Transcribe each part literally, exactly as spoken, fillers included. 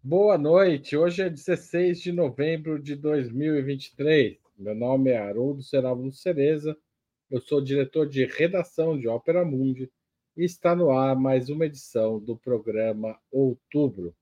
Boa noite, hoje é dezesseis de novembro de dois mil e vinte e três. Meu nome é Haroldo Serávulo Cereza, eu sou diretor de redação de Ópera Mundi e está no ar mais uma edição do programa Outubro.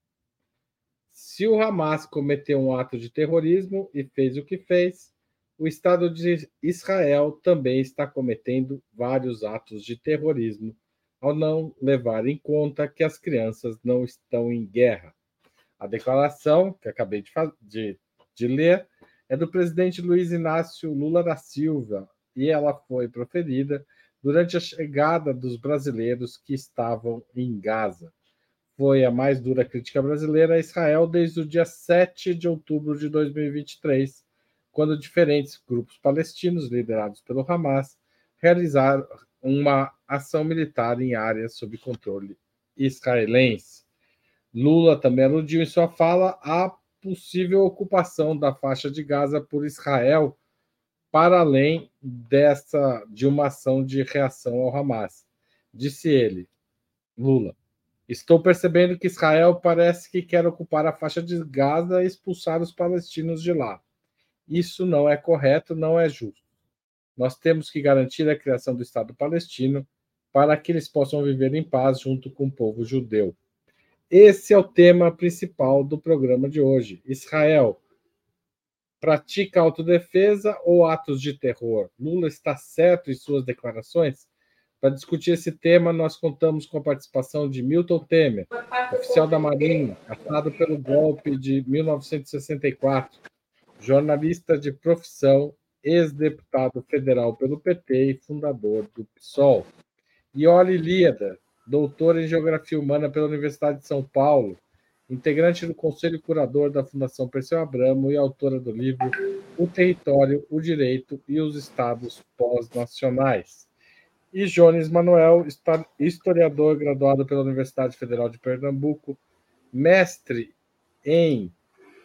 Se o Hamas cometeu um ato de terrorismo e fez o que fez, o Estado de Israel também está cometendo vários atos de terrorismo ao não levar em conta que as crianças não estão em guerra. A declaração que acabei de, de, de ler é do presidente Luiz Inácio Lula da Silva e ela foi proferida durante a chegada dos brasileiros que estavam em Gaza. Foi a mais dura crítica brasileira a Israel desde o dia sete de outubro de dois mil e vinte e três, quando diferentes grupos palestinos liderados pelo Hamas realizaram uma ação militar em áreas sob controle israelense. Lula também aludiu em sua fala à possível ocupação da faixa de Gaza por Israel, para além dessa de uma ação de reação ao Hamas. Disse ele, Lula, estou percebendo que Israel parece que quer ocupar a faixa de Gaza e expulsar os palestinos de lá. Isso não é correto, não é justo. Nós temos que garantir a criação do Estado palestino para que eles possam viver em paz junto com o povo judeu. Esse é o tema principal do programa de hoje. Israel pratica autodefesa ou atos de terror? Lula está certo em suas declarações? Para discutir esse tema, nós contamos com a participação de Milton Temer, oficial da Marinha, caçado pelo golpe de mil novecentos e sessenta e quatro, jornalista de profissão, ex-deputado federal pelo P T e fundador do PSOL. Iole Líada, doutora em Geografia Humana pela Universidade de São Paulo, integrante do Conselho Curador da Fundação Perseu Abramo e autora do livro O Território, o Direito e os Estados Pós-Nacionais. E Jones Manuel, historiador graduado pela Universidade Federal de Pernambuco, mestre em...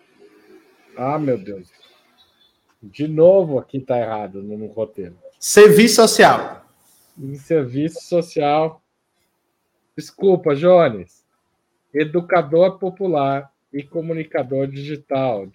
Ah, meu Deus. De novo aqui está errado no roteiro. Serviço social. Em serviço social. Desculpa, Jones. Educador popular e comunicador digital.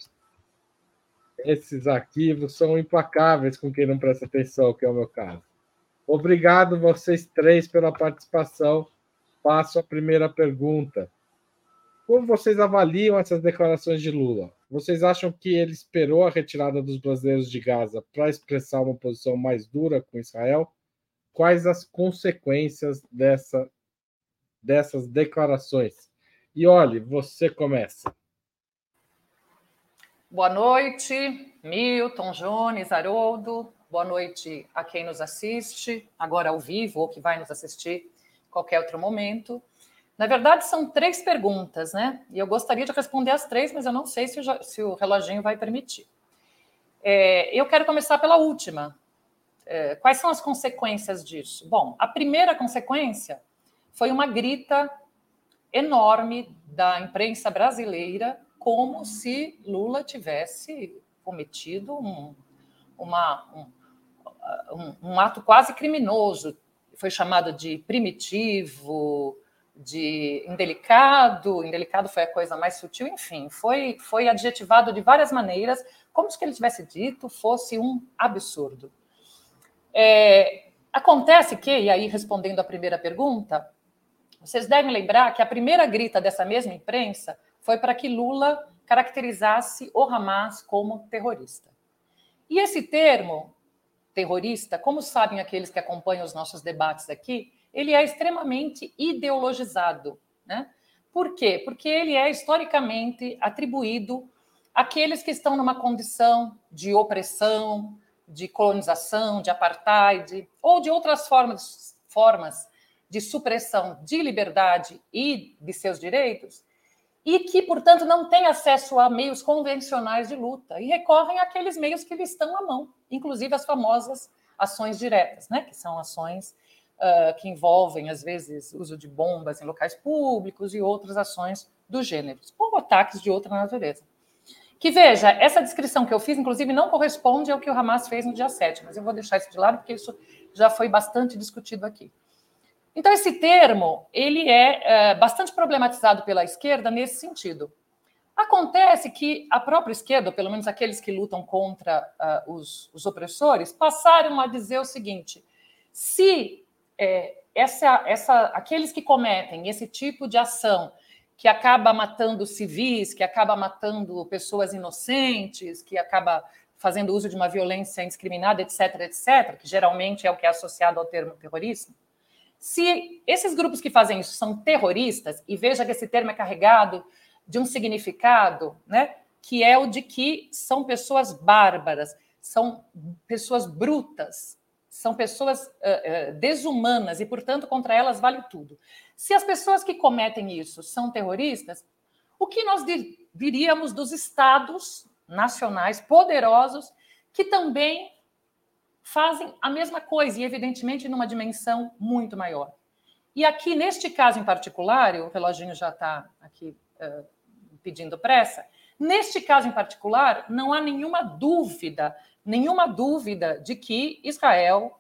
Esses arquivos são implacáveis com quem não presta atenção, que é o meu caso. Obrigado, vocês três, pela participação. Passo a primeira pergunta. Como vocês avaliam essas declarações de Lula? Vocês acham que ele esperou a retirada dos brasileiros de Gaza para expressar uma posição mais dura com Israel? Quais as consequências dessa, dessas declarações? E olhe, você começa. Boa noite, Milton, Jones, Haroldo. Boa noite a quem nos assiste, agora ao vivo, ou que vai nos assistir em qualquer outro momento. Na verdade, são três perguntas, né? E eu gostaria de responder as três, mas eu não sei se o, se o reloginho vai permitir. É, eu quero começar pela última. É, quais são as consequências disso? Bom, a primeira consequência foi uma grita enorme da imprensa brasileira, como se Lula tivesse cometido um, uma, um, um, um ato quase criminoso. Foi chamado de primitivo, de indelicado, indelicado foi a coisa mais sutil, enfim, foi, foi adjetivado de várias maneiras, como se o que ele tivesse dito fosse um absurdo. É, acontece que, e aí respondendo à primeira pergunta, vocês devem lembrar que a primeira grita dessa mesma imprensa foi para que Lula caracterizasse o Hamas como terrorista. E esse termo, terrorista, como sabem aqueles que acompanham os nossos debates aqui, ele é extremamente ideologizado, né? Por quê? Porque ele é historicamente atribuído àqueles que estão numa condição de opressão, de colonização, de apartheid, ou de outras formas, formas de supressão de liberdade e de seus direitos, e que, portanto, não têm acesso a meios convencionais de luta e recorrem àqueles meios que lhes estão à mão, inclusive as famosas ações diretas, né? Que são ações uh, que envolvem, às vezes, uso de bombas em locais públicos e outras ações do gênero, ou ataques de outra natureza. Que, veja, essa descrição que eu fiz, inclusive, não corresponde ao que o Hamas fez no dia sete, mas eu vou deixar isso de lado, porque isso já foi bastante discutido aqui. Então, esse termo ele é, é bastante problematizado pela esquerda nesse sentido. Acontece que a própria esquerda, ou pelo menos aqueles que lutam contra uh, os, os opressores, passaram a dizer o seguinte: se é, essa, essa, aqueles que cometem esse tipo de ação, que acaba matando civis, que acaba matando pessoas inocentes, que acaba fazendo uso de uma violência indiscriminada, etc, etc, que geralmente é o que é associado ao termo terrorismo, se esses grupos que fazem isso são terroristas, e veja que esse termo é carregado de um significado, né, que é o de que são pessoas bárbaras, são pessoas brutas, são pessoas uh, uh, desumanas e, portanto, contra elas vale tudo. Se as pessoas que cometem isso são terroristas, o que nós diríamos dos estados nacionais poderosos que também fazem a mesma coisa e, evidentemente, numa dimensão muito maior? E aqui, neste caso em particular, o reloginho já está aqui uh, pedindo pressa, neste caso em particular, não há nenhuma dúvida, nenhuma dúvida de que Israel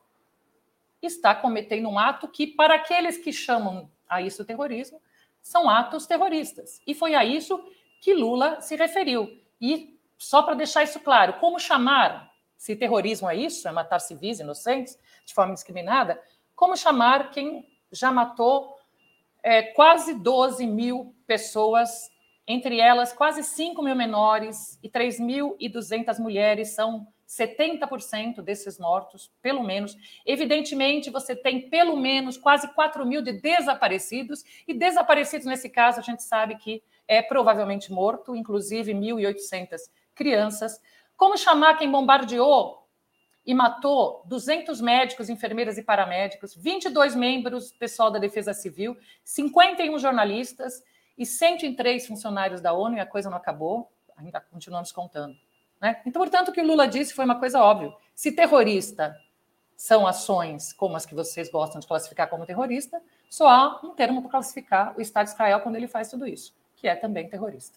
está cometendo um ato que, para aqueles que chamam a isso terrorismo, são atos terroristas. E foi a isso que Lula se referiu. E, só para deixar isso claro, como chamar, se terrorismo é isso, é matar civis inocentes de forma indiscriminada, como chamar quem já matou é, quase doze mil pessoas, entre elas quase cinco mil menores e três mil e duzentas mulheres, são setenta por cento desses mortos, pelo menos. Evidentemente, você tem pelo menos quase quatro mil de desaparecidos, e desaparecidos, nesse caso, a gente sabe que é provavelmente morto, inclusive mil e oitocentas crianças. Como chamar quem bombardeou e matou duzentos médicos, enfermeiras e paramédicos, vinte e dois membros do pessoal da Defesa Civil, cinquenta e um jornalistas e cento e três funcionários da ONU, e a coisa não acabou, ainda continuamos contando, né? Então, portanto, o que o Lula disse foi uma coisa óbvia. Se terrorista são ações como as que vocês gostam de classificar como terrorista, só há um termo para classificar o Estado de Israel quando ele faz tudo isso, que é também terrorista.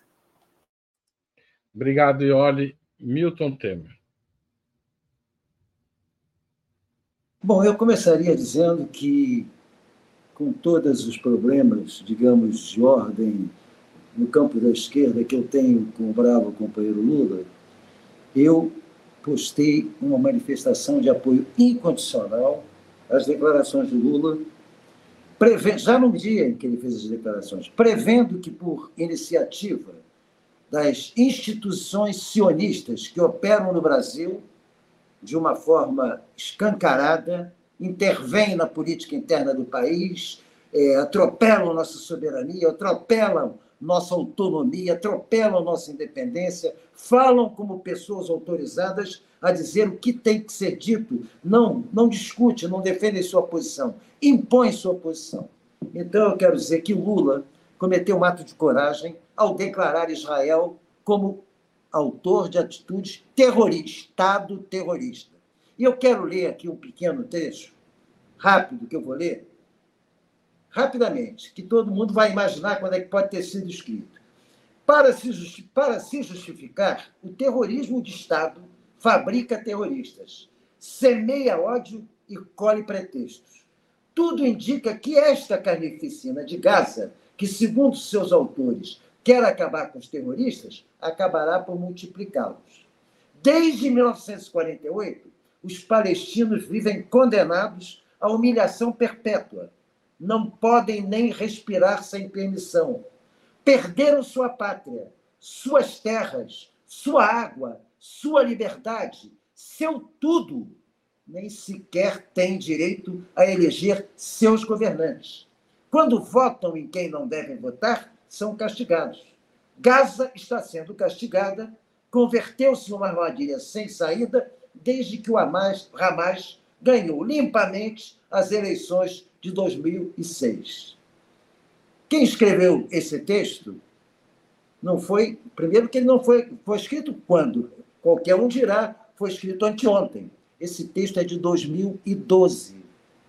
Obrigado, Iole. Milton Temer. Bom, eu começaria dizendo que, com todos os problemas, digamos, de ordem no campo da esquerda que eu tenho com o bravo companheiro Lula, eu postei uma manifestação de apoio incondicional às declarações de Lula, preve... já no dia em que ele fez as declarações, prevendo que, por iniciativa das instituições sionistas que operam no Brasil, de uma forma escancarada, intervêm na política interna do país, é, atropelam nossa soberania, atropelam nossa autonomia, atropelam nossa independência, falam como pessoas autorizadas a dizer o que tem que ser dito, não, não discute, não defende sua posição, impõe sua posição. Então, eu quero dizer que Lula cometeu um ato de coragem ao declarar Israel como autor de atitudes terroristas, Estado terrorista. E eu quero ler aqui um pequeno trecho, rápido, que eu vou ler, rapidamente, que todo mundo vai imaginar quando é que pode ter sido escrito. Para se, justi- para se justificar, o terrorismo de Estado fabrica terroristas, semeia ódio e colhe pretextos. Tudo indica que esta carnificina de Gaza, que, segundo seus autores, quer acabar com os terroristas, acabará por multiplicá-los. Desde mil novecentos e quarenta e oito, os palestinos vivem condenados à humilhação perpétua. Não podem nem respirar sem permissão. Perderam sua pátria, suas terras, sua água, sua liberdade, seu tudo. Nem sequer têm direito a eleger seus governantes. Quando votam em quem não devem votar, são castigados. Gaza está sendo castigada, converteu-se numa armadilha sem saída desde que o Hamas, Hamas ganhou limpamente as eleições de dois mil e seis. Quem escreveu esse texto não foi... Primeiro que ele não foi... Foi escrito quando? Qualquer um dirá, foi escrito anteontem. Esse texto é de dois mil e doze.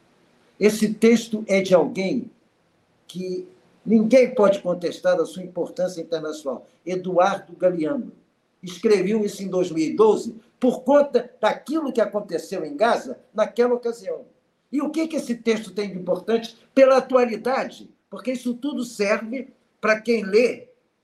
Esse texto é de alguém que ninguém pode contestar da sua importância internacional. Eduardo Galeano. Escreveu isso em dois mil e doze por conta daquilo que aconteceu em Gaza naquela ocasião. E o que, que esse texto tem de importante pela atualidade? Porque isso tudo serve para quem lê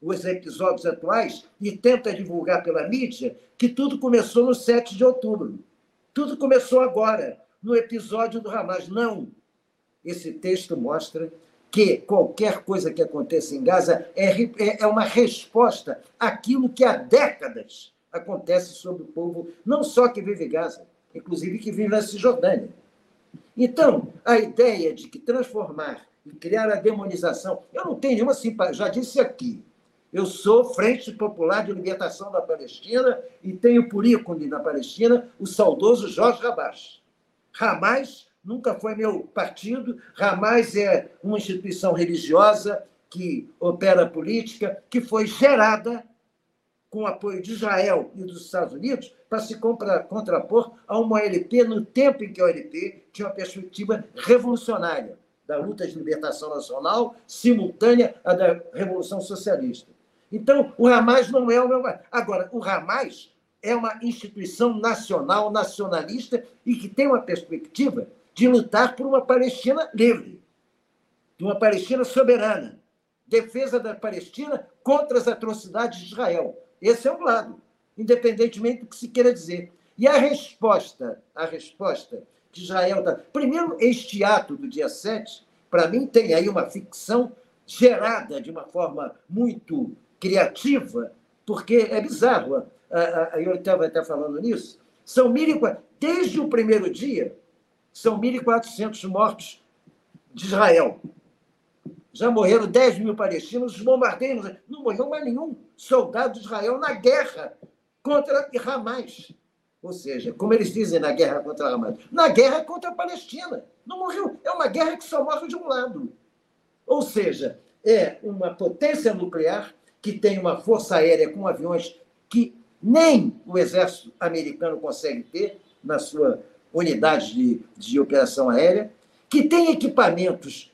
os episódios atuais e tenta divulgar pela mídia que tudo começou no sete de outubro. Tudo começou agora, no episódio do Hamas. Não. Esse texto mostra que qualquer coisa que aconteça em Gaza é, é uma resposta àquilo que há décadas acontece sobre o povo, não só que vive em Gaza, inclusive que vive na Cisjordânia. Então, a ideia de que transformar e criar a demonização... Eu não tenho nenhuma simpatia, já disse aqui, eu sou Frente Popular de Libertação da Palestina e tenho por ícone na Palestina o saudoso Jorge Habash. Hamas nunca foi meu partido, Hamas é uma instituição religiosa que opera política, que foi gerada com o apoio de Israel e dos Estados Unidos para se contrapor a uma O L P no tempo em que a O L P tinha uma perspectiva revolucionária da luta de libertação nacional, simultânea à da Revolução Socialista. Então, o Hamas não é o meu... Agora, o Hamas é uma instituição nacional, nacionalista, e que tem uma perspectiva de lutar por uma Palestina livre, de uma Palestina soberana, defesa da Palestina contra as atrocidades de Israel. Esse é um lado, independentemente do que se queira dizer. E a resposta, a resposta de Israel... Tá... Primeiro, este ato do dia sete, para mim, tem aí uma ficção gerada de uma forma muito criativa, porque é bizarro. A Yortel vai estar falando nisso. São mil e quatrocentos, desde o primeiro dia, são mil e quatrocentos mortos de Israel. Já morreram dez mil palestinos, os bombardeios, não morreu mais nenhum soldado de Israel na guerra contra Hamas. Ou seja, como eles dizem na guerra contra Hamas, na guerra contra a Palestina. Não morreu. É uma guerra que só morre de um lado. Ou seja, é uma potência nuclear que tem uma força aérea com aviões que nem o exército americano consegue ter na sua unidade de, de operação aérea, que tem equipamentos,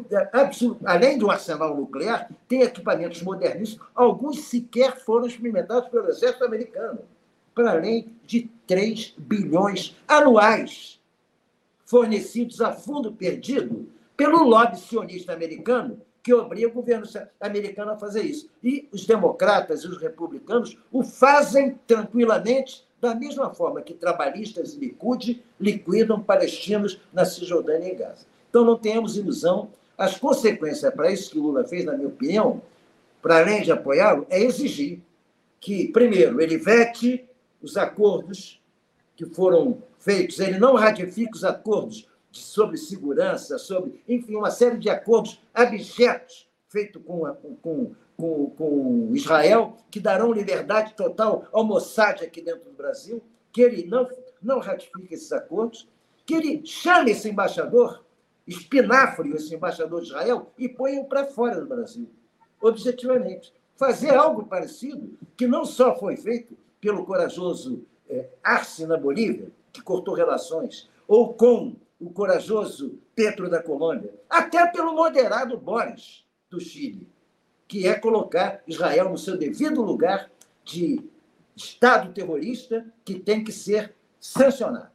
além do arsenal nuclear, tem equipamentos moderníssimos, alguns sequer foram experimentados pelo exército americano, para além de três bilhões anuais fornecidos a fundo perdido pelo lobby sionista americano, que obriga o governo americano a fazer isso. E os democratas e os republicanos o fazem tranquilamente, da mesma forma que trabalhistas e Likud liquidam palestinos na Cisjordânia e Gaza. Então, não tenhamos ilusão. As consequências para isso que o Lula fez, na minha opinião, para além de apoiá-lo, é exigir que, primeiro, ele vete os acordos que foram feitos, ele não ratifique os acordos sobre segurança, sobre, enfim, uma série de acordos abjetos feitos com, com, com, com Israel, que darão liberdade total ao Mossad aqui dentro do Brasil, que ele não, não ratifique esses acordos, que ele chame esse embaixador, espinafre esse embaixador de Israel, e ponha-o para fora do Brasil, objetivamente. Fazer algo parecido, que não só foi feito pelo corajoso é, Arce na Bolívia, que cortou relações, ou com o corajoso Petro da Colômbia, até pelo moderado Boris do Chile, que é colocar Israel no seu devido lugar de Estado terrorista que tem que ser sancionado.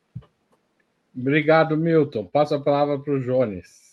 Obrigado, Milton. Passo a palavra para o Jones.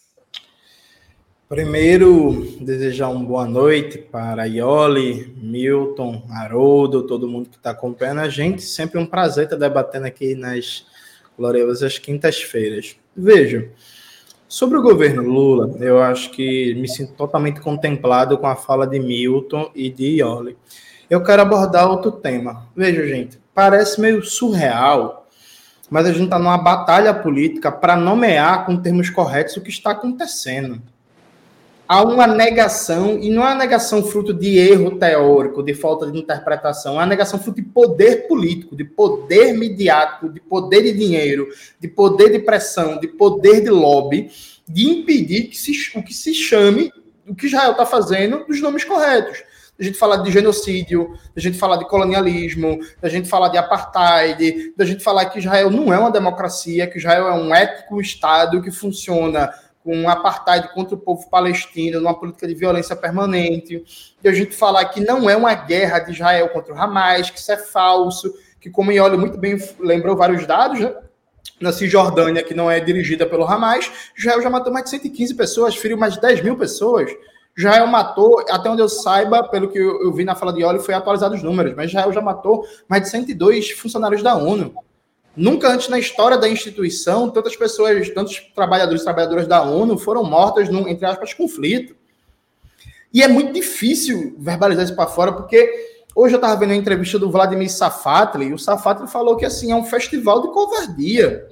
Primeiro, desejar uma boa noite para Ioli, Milton, Haroldo, todo mundo que está acompanhando a gente. Sempre um prazer estar debatendo aqui nas gloriosas quintas-feiras. Veja, sobre o governo Lula, eu acho que me sinto totalmente contemplado com a fala de Milton e de Ioli. Eu quero abordar outro tema. Veja, gente, parece meio surreal, mas a gente está numa batalha política para nomear com termos corretos o que está acontecendo. Há uma negação, e não é uma negação fruto de erro teórico, de falta de interpretação, é uma negação fruto de poder político, de poder midiático, de poder de dinheiro, de poder de pressão, de poder de lobby, de impedir que se, o que se chame, o que Israel está fazendo, dos nomes corretos. A gente falar de genocídio, a gente falar de colonialismo, a gente falar de apartheid, a gente falar que Israel não é uma democracia, que Israel é um ético Estado que funciona com um apartheid contra o povo palestino, numa política de violência permanente, e a gente falar que não é uma guerra de Israel contra o Hamas, que isso é falso, que, como Ioli muito bem lembrou vários dados, né? Na Cisjordânia, que não é dirigida pelo Hamas, Israel já matou mais de cento e quinze pessoas, feriu mais de dez mil pessoas. Israel matou, até onde eu saiba, pelo que eu, eu vi na fala de Ioli, foi atualizado os números, mas Israel já matou mais de cento e dois funcionários da ONU. Nunca antes na história da instituição, tantas pessoas, tantos trabalhadores e trabalhadoras da ONU foram mortas num, entre aspas, conflito. E é muito difícil verbalizar isso para fora, porque hoje eu estava vendo a entrevista do Vladimir Safatli, e o Safatli falou que assim, é um festival de covardia.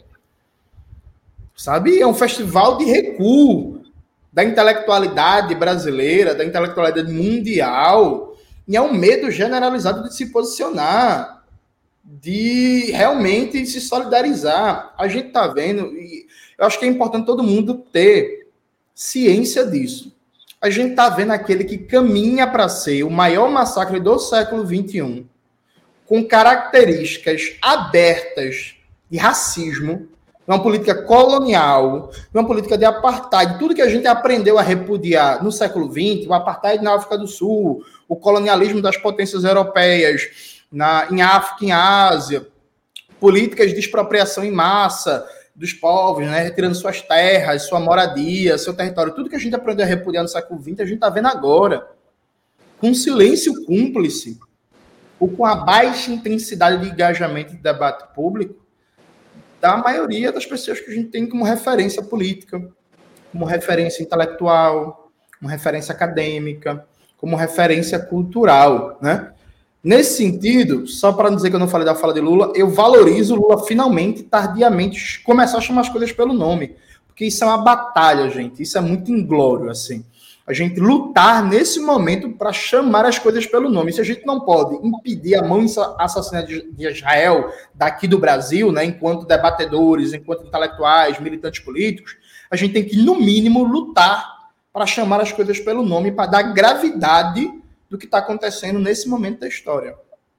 Sabe? É um festival de recuo da intelectualidade brasileira, da intelectualidade mundial, e é um medo generalizado de se posicionar, de realmente se solidarizar. A gente está vendo, e eu acho que é importante todo mundo ter ciência disso. A gente está vendo aquele que caminha para ser o maior massacre do século vinte e um, com características abertas de racismo, uma política colonial, uma política de apartheid, tudo que a gente aprendeu a repudiar no século vinte, o apartheid na África do Sul, o colonialismo das potências europeias na, em África e em Ásia, políticas de expropriação em massa dos povos, né, retirando suas terras, sua moradia, seu território, tudo que a gente aprendeu a repudiar no século vinte, a gente está vendo agora, com silêncio cúmplice, ou com a baixa intensidade de engajamento de debate público, da maioria das pessoas que a gente tem como referência política, como referência intelectual, como referência acadêmica, como referência cultural, né? Nesse sentido, só para não dizer que eu não falei da fala de Lula, eu valorizo Lula finalmente, tardiamente, começar a chamar as coisas pelo nome, porque isso é uma batalha, gente, isso é muito inglório, assim. A gente lutar nesse momento para chamar as coisas pelo nome. Se a gente não pode impedir a mão assassina de Israel daqui do Brasil, né, enquanto debatedores, enquanto intelectuais, militantes políticos, a gente tem que, no mínimo, lutar para chamar as coisas pelo nome, para dar gravidade do que está acontecendo nesse momento da história.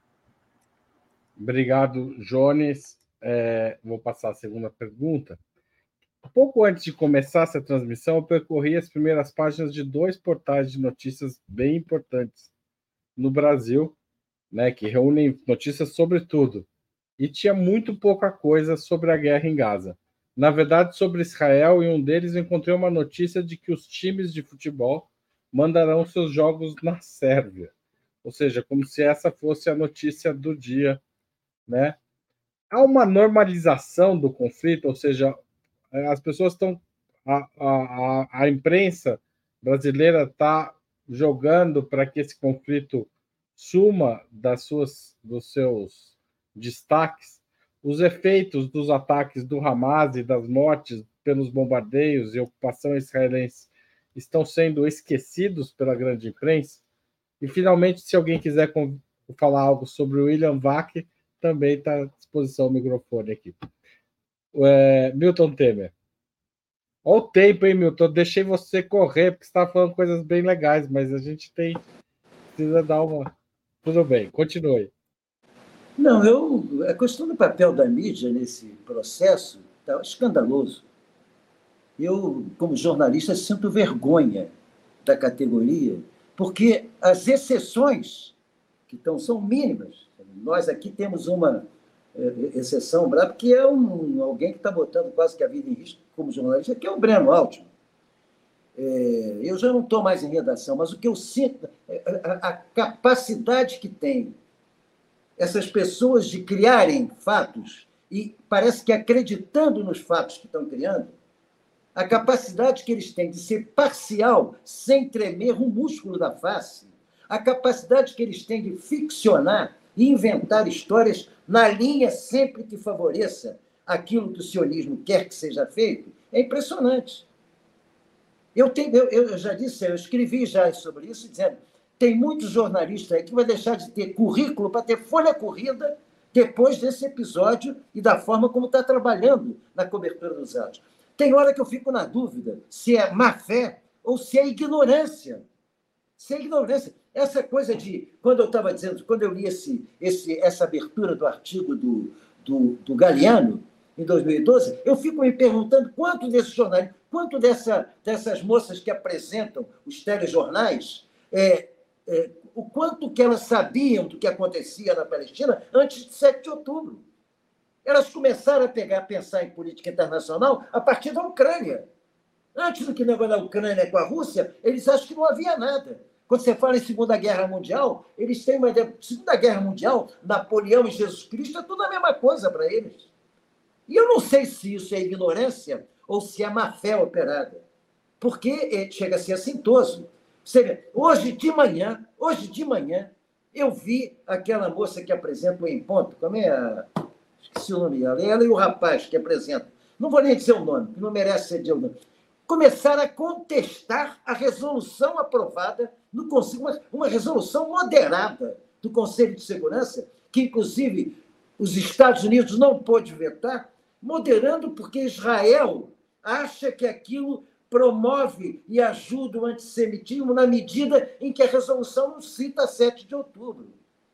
Obrigado, Jones. É, vou passar a segunda pergunta. Pouco antes de começar essa transmissão, eu percorri as primeiras páginas de dois portais de notícias bem importantes no Brasil, né, que reúnem notícias sobre tudo. E tinha muito pouca coisa sobre a guerra em Gaza. Na verdade, sobre Israel, em um deles eu encontrei uma notícia de que os times de futebol mandarão seus jogos na Sérvia. Ou seja, como se essa fosse a notícia do dia, né? Há uma normalização do conflito, ou seja, as pessoas estão... A, a, a imprensa brasileira está jogando para que esse conflito suma das suas, dos seus destaques. Os efeitos dos ataques do Hamas e das mortes pelos bombardeios e ocupação israelense estão sendo esquecidos pela grande imprensa. E, finalmente, se alguém quiser falar algo sobre o William Vac, também está à disposição o microfone aqui. É, Milton Temer. Olha o tempo, hein, Milton? Deixei você correr, porque você estava falando coisas bem legais, mas a gente tem... precisa dar uma... Tudo bem, continue. Não, eu, a questão do papel da mídia nesse processo está escandaloso. Eu, como jornalista, sinto vergonha da categoria, porque as exceções, que então, são mínimas, nós aqui temos uma exceção brava, que é um, alguém que está botando quase que a vida em risco como jornalista, que é o Breno Altman. É, eu já não estou mais em redação, mas o que eu sinto, a, a capacidade que tem essas pessoas de criarem fatos, e parece que acreditando nos fatos que estão criando, a capacidade que eles têm de ser parcial, sem tremer um músculo da face, a capacidade que eles têm de ficcionar e inventar histórias na linha sempre que favoreça aquilo que o sionismo quer que seja feito, é impressionante. Eu, tenho, eu, eu já disse, eu escrevi já sobre isso, dizendo tem muitos jornalistas aí que vai deixar de ter currículo para ter folha corrida depois desse episódio e da forma como está trabalhando na cobertura dos atos. Tem hora que eu fico na dúvida se é má fé ou se é ignorância. Se é ignorância. Essa coisa de... Quando eu estava dizendo, quando eu li esse, esse, essa abertura do artigo do, do, do Galeano, em dois mil e doze, eu fico me perguntando quanto desses jornais, quanto dessa, dessas moças que apresentam os telejornais, é, é, o quanto que elas sabiam do que acontecia na Palestina antes de sete de outubro. Elas começaram a pegar, a pensar em política internacional a partir da Ucrânia. Antes do que o negócio da Ucrânia com a Rússia, eles acham que não havia nada. Quando você fala em Segunda Guerra Mundial, eles têm uma ideia. Segunda Guerra Mundial, Napoleão e Jesus Cristo, é tudo a mesma coisa para eles. E eu não sei se isso é ignorância ou se é má-fé operada. Porque chega a ser assintoso. Você vê, hoje de manhã, hoje de manhã, eu vi aquela moça que apresenta o Em Ponto, como é a... Esqueci o nome dela. Ela e o rapaz que apresenta. Não vou nem dizer o nome, que não merece ser dizer o nome. Começaram a contestar a resolução aprovada no Conselho, uma, uma resolução moderada do Conselho de Segurança, que, inclusive, os Estados Unidos não pôde vetar, moderando porque Israel acha que aquilo promove e ajuda o antissemitismo na medida em que a resolução não cita sete de outubro.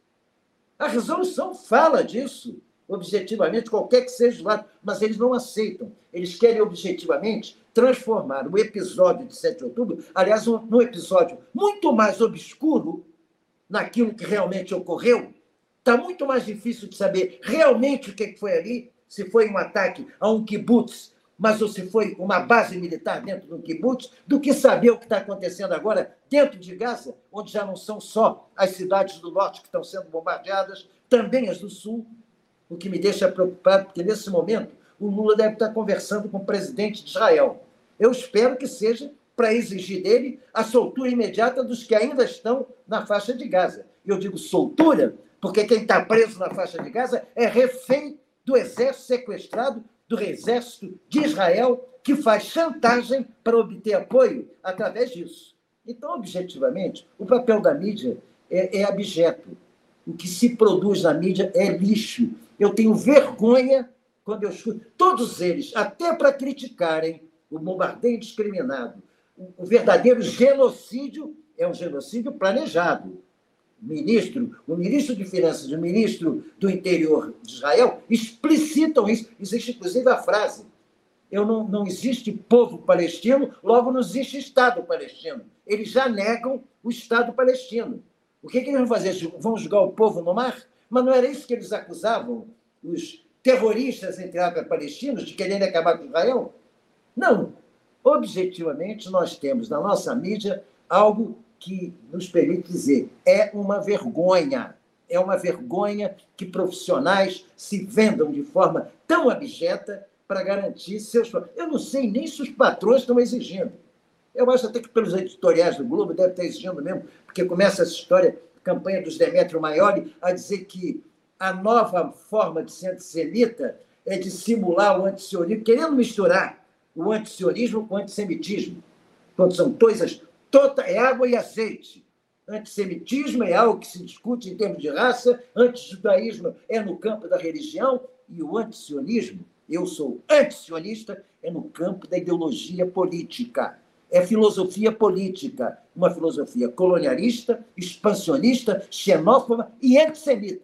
A resolução fala disso, objetivamente, qualquer que seja o lado, mas eles não aceitam. Eles querem, objetivamente, transformar o episódio de sete de outubro, aliás, um, num episódio muito mais obscuro naquilo que realmente ocorreu. Está muito mais difícil de saber realmente o que foi ali, se foi um ataque a um kibbutz, mas ou se foi uma base militar dentro do kibbutz, do que saber o que está acontecendo agora dentro de Gaza, onde já não são só as cidades do norte que estão sendo bombardeadas, também as do sul, o que me deixa preocupado, porque nesse momento o Lula deve estar conversando com o presidente de Israel. Eu espero que seja para exigir dele a soltura imediata dos que ainda estão na faixa de Gaza. E eu digo soltura, porque quem está preso na faixa de Gaza é refém do exército sequestrado, do exército de Israel, que faz chantagem para obter apoio através disso. Então, objetivamente, o papel da mídia é, é abjeto. O que se produz na mídia é lixo. Eu tenho vergonha quando eu escuto todos eles, até para criticarem o bombardeio indiscriminado. O verdadeiro genocídio é um genocídio planejado. O ministro, o ministro de Finanças e o ministro do Interior de Israel explicitam isso. Existe, inclusive, a frase: eu não, não existe povo palestino, logo não existe Estado palestino. Eles já negam o Estado palestino. O que, que eles vão fazer? Vão julgar o povo no mar? Mas não era isso que eles acusavam os terroristas, entre aspas, palestinos, de quererem acabar com Israel? Não. Objetivamente, nós temos na nossa mídia algo que nos permite dizer: é uma vergonha. É uma vergonha que profissionais se vendam de forma tão abjeta para garantir seus... Eu não sei nem se os patrões estão exigindo. Eu acho até que pelos editoriais do Globo deve estar exigindo mesmo, porque começa essa história, campanha dos Demetrio Maioli, a dizer que a nova forma de ser antissemita é de simular o antisionismo, querendo misturar o antisionismo com o antissemitismo. Quando são coisas, toda, é água e azeite. Antissemitismo é algo que se discute em termos de raça, antijudaísmo é no campo da religião, e o antisionismo, eu sou antisionista, é no campo da ideologia política. É filosofia política, uma filosofia colonialista, expansionista, xenófoba e antissemita.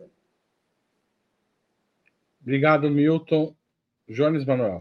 Obrigado, Milton. Jones Manuel.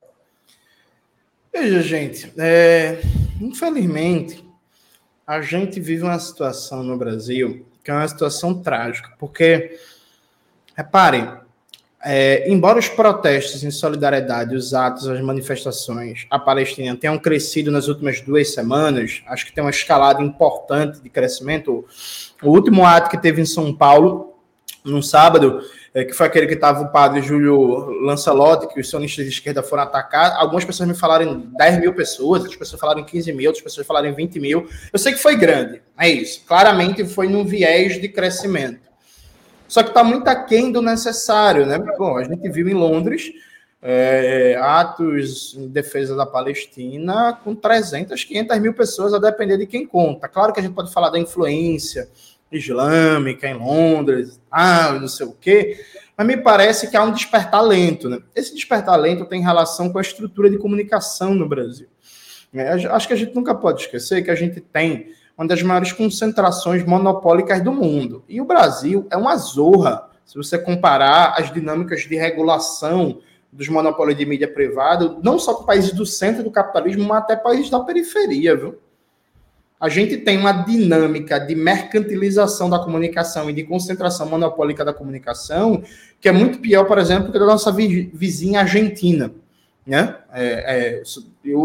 Veja, gente, é, infelizmente, a gente vive uma situação no Brasil que é uma situação trágica, porque, reparem, é, embora os protestos em solidariedade, os atos, as manifestações à Palestina tenham crescido nas últimas duas semanas, acho que tem uma escalada importante de crescimento. O último ato que teve em São Paulo, no sábado, é, que foi aquele que estava o padre Júlio Lancelotti, que os sionistas de esquerda foram atacar. Algumas pessoas me falaram em dez mil pessoas, outras pessoas falaram em quinze mil, outras pessoas falaram em vinte mil. Eu sei que foi grande, é isso. Claramente foi num viés de crescimento. Só que está muito aquém do necessário, né? Bom, a gente viu em Londres é, atos em defesa da Palestina com trezentas, quinhentas mil pessoas, a depender de quem conta. Claro que a gente pode falar da influência islâmica em Londres, ah, não sei o quê, mas me parece que há um despertar lento, né? Esse despertar lento tem relação com a estrutura de comunicação no Brasil. É, acho que a gente nunca pode esquecer que a gente tem uma das maiores concentrações monopólicas do mundo. E o Brasil é uma zorra, se você comparar as dinâmicas de regulação dos monopólios de mídia privada, não só com países do centro do capitalismo, mas até países da periferia, viu? A gente tem uma dinâmica de mercantilização da comunicação e de concentração monopólica da comunicação que é muito pior, por exemplo, que da nossa vizinha Argentina, né? É, é, eu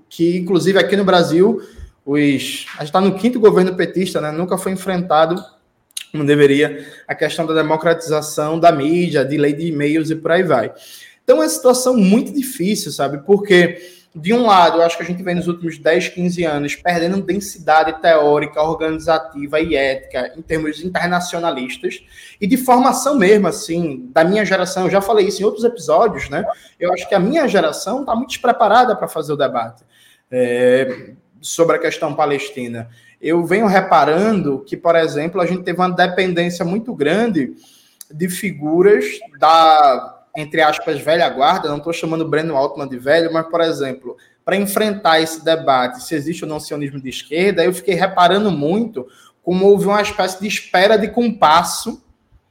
que, inclusive, aqui no Brasil, os, a gente está no quinto governo petista, né? Nunca foi enfrentado, como deveria, a questão da democratização da mídia, de lei de e-mails e por aí vai. Então, é uma situação muito difícil, sabe? Porque, de um lado, eu acho que a gente vem nos últimos dez, quinze anos perdendo densidade teórica, organizativa e ética em termos internacionalistas e de formação mesmo, assim, da minha geração. Eu já falei isso em outros episódios, né? Eu acho que a minha geração está muito despreparada para fazer o debate é, sobre a questão palestina. Eu venho reparando que, por exemplo, a gente teve uma dependência muito grande de figuras da, entre aspas, velha guarda. Não estou chamando o Breno Altman de velho, mas, por exemplo, para enfrentar esse debate, se existe ou não sionismo de esquerda, eu fiquei reparando muito como houve uma espécie de espera de compasso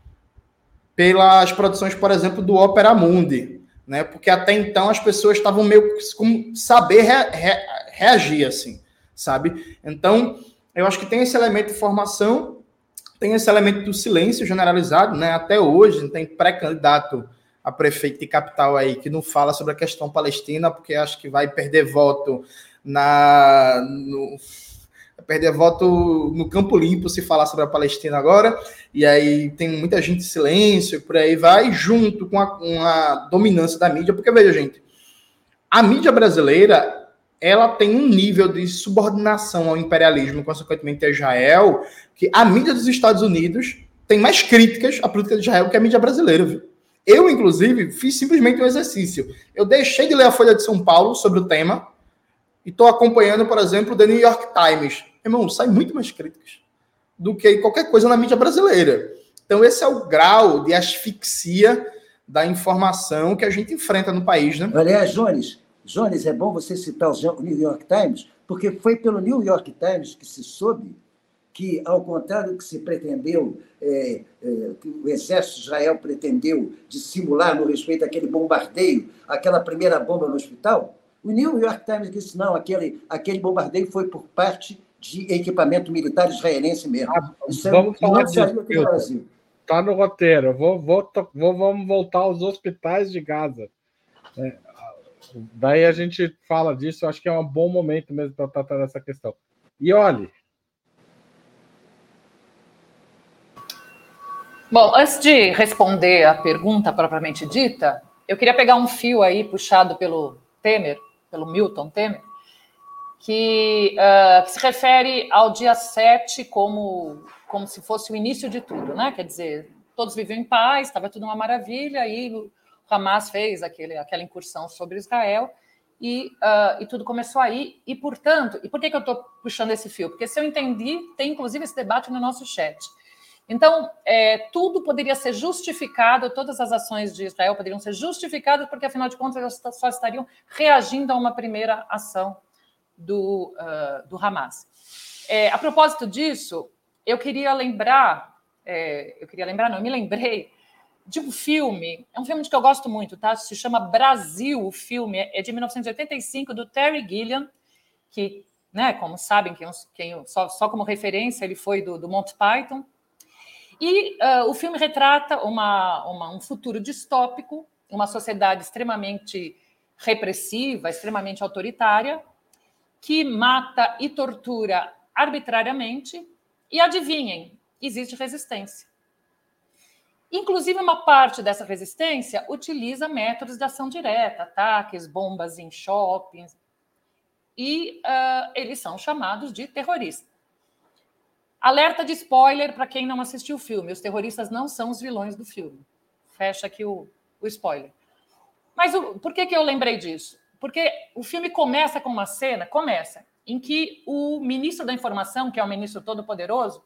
pelas produções, por exemplo, do Opera Mundi, né? Porque até então as pessoas estavam meio com saber re, re, reagir, assim, sabe? Então, eu acho que tem esse elemento de formação, tem esse elemento do silêncio generalizado, né? Até hoje, tem pré-candidato a prefeito de capital aí que não fala sobre a questão palestina, porque acho que vai perder voto na... No, vai perder voto no Campo Limpo se falar sobre a Palestina agora, e aí tem muita gente em silêncio, por aí vai, junto com a, com a dominância da mídia, porque, veja, gente, a mídia brasileira ela tem um nível de subordinação ao imperialismo, consequentemente a Israel, que a mídia dos Estados Unidos tem mais críticas à política de Israel que a mídia brasileira, viu? Eu, inclusive, fiz simplesmente um exercício. Eu deixei de ler a Folha de São Paulo sobre o tema e estou acompanhando, por exemplo, o The New York Times. Irmão, sai muito mais críticas do que qualquer coisa na mídia brasileira. Então, esse é o grau de asfixia da informação que a gente enfrenta no país, né? Aliás, Jones, Jones, é bom você citar o New York Times, porque foi pelo New York Times que se soube que, ao contrário do que se pretendeu, é, é, que o exército de Israel pretendeu dissimular no respeito àquele bombardeio, aquela primeira bomba no hospital, o New York Times disse, não, aquele, aquele bombardeio foi por parte de equipamento militar israelense mesmo. Ah, Isso vamos é, falar não saiu disso, aqui no Brasil. Está no roteiro. Vou, vou, vou, vamos voltar aos hospitais de Gaza. É, daí a gente fala disso, eu acho que é um bom momento mesmo para tratar dessa questão. E olhe. Bom, antes de responder a pergunta propriamente dita, eu queria pegar um fio aí puxado pelo Temer, pelo Milton Temer, que, uh, que se refere ao dia sete como, como se fosse o início de tudo, né? Quer dizer, todos viviam em paz, estava tudo uma maravilha, e o Hamas fez aquele, aquela incursão sobre Israel, e, uh, e tudo começou aí. E, portanto, e por que, que eu estou puxando esse fio? Porque, se eu entendi, tem inclusive esse debate no nosso chat. Então, é, tudo poderia ser justificado, todas as ações de Israel poderiam ser justificadas, porque, afinal de contas, elas só estariam reagindo a uma primeira ação do, uh, do Hamas. É, a propósito disso, eu queria lembrar, é, eu queria lembrar, não, eu me lembrei de um filme, é um filme que eu gosto muito, tá? Se chama Brasil, o filme, é de mil novecentos e oitenta e cinco, do Terry Gilliam, que, né, como sabem, quem, quem, só, só como referência, ele foi do, do Monty Python. E uh, o filme retrata uma, uma, um futuro distópico, uma sociedade extremamente repressiva, extremamente autoritária, que mata e tortura arbitrariamente, e adivinhem, existe resistência. Inclusive, uma parte dessa resistência utiliza métodos de ação direta, ataques, bombas em shoppings, e uh, eles são chamados de terroristas. Alerta de spoiler para quem não assistiu o filme. Os terroristas não são os vilões do filme. Fecha aqui o, o spoiler. Mas o, por que, que eu lembrei disso? Porque o filme começa com uma cena, começa, em que o ministro da informação, que é um ministro todo-poderoso,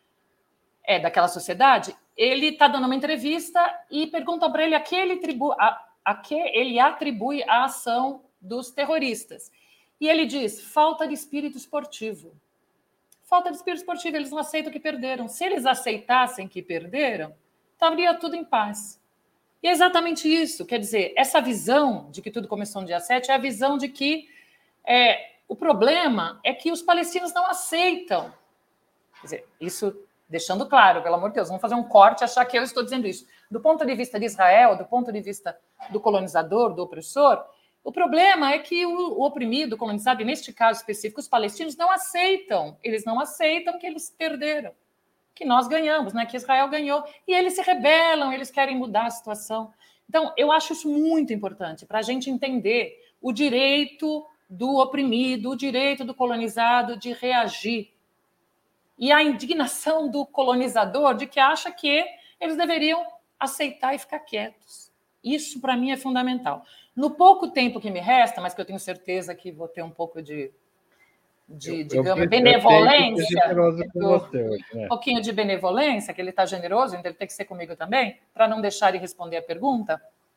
é daquela sociedade, ele está dando uma entrevista e perguntam para ele a que ele, tribu, a, a que ele atribui a ação dos terroristas. E ele diz, falta de espírito esportivo. Falta de espírito esportivo, eles não aceitam que perderam. Se eles aceitassem que perderam, estaria tudo em paz. E é exatamente isso, quer dizer, essa visão de que tudo começou no dia sete é a visão de que é, o problema é que os palestinos não aceitam. Quer dizer, isso deixando claro, pelo amor de Deus, vamos fazer um corte e achar que eu estou dizendo isso. Do ponto de vista de Israel, do ponto de vista do colonizador, do opressor, O problema é que o, o oprimido, colonizado, e neste caso específico, os palestinos, não aceitam. Eles não aceitam que eles perderam, que nós ganhamos, né? Que Israel ganhou. E eles se rebelam, eles querem mudar a situação. Então, eu acho isso muito importante para a gente entender o direito do oprimido, o direito do colonizado de reagir. E a indignação do colonizador de que acha que eles deveriam aceitar e ficar quietos. Isso, para mim, é fundamental. No pouco tempo que me resta, mas que eu tenho certeza que vou ter um pouco de, de eu, digamos, eu, benevolência, eu com você hoje, né? Um pouquinho de benevolência, que ele está generoso, então ele tem que ser comigo também, para não deixar de responder a pergunta.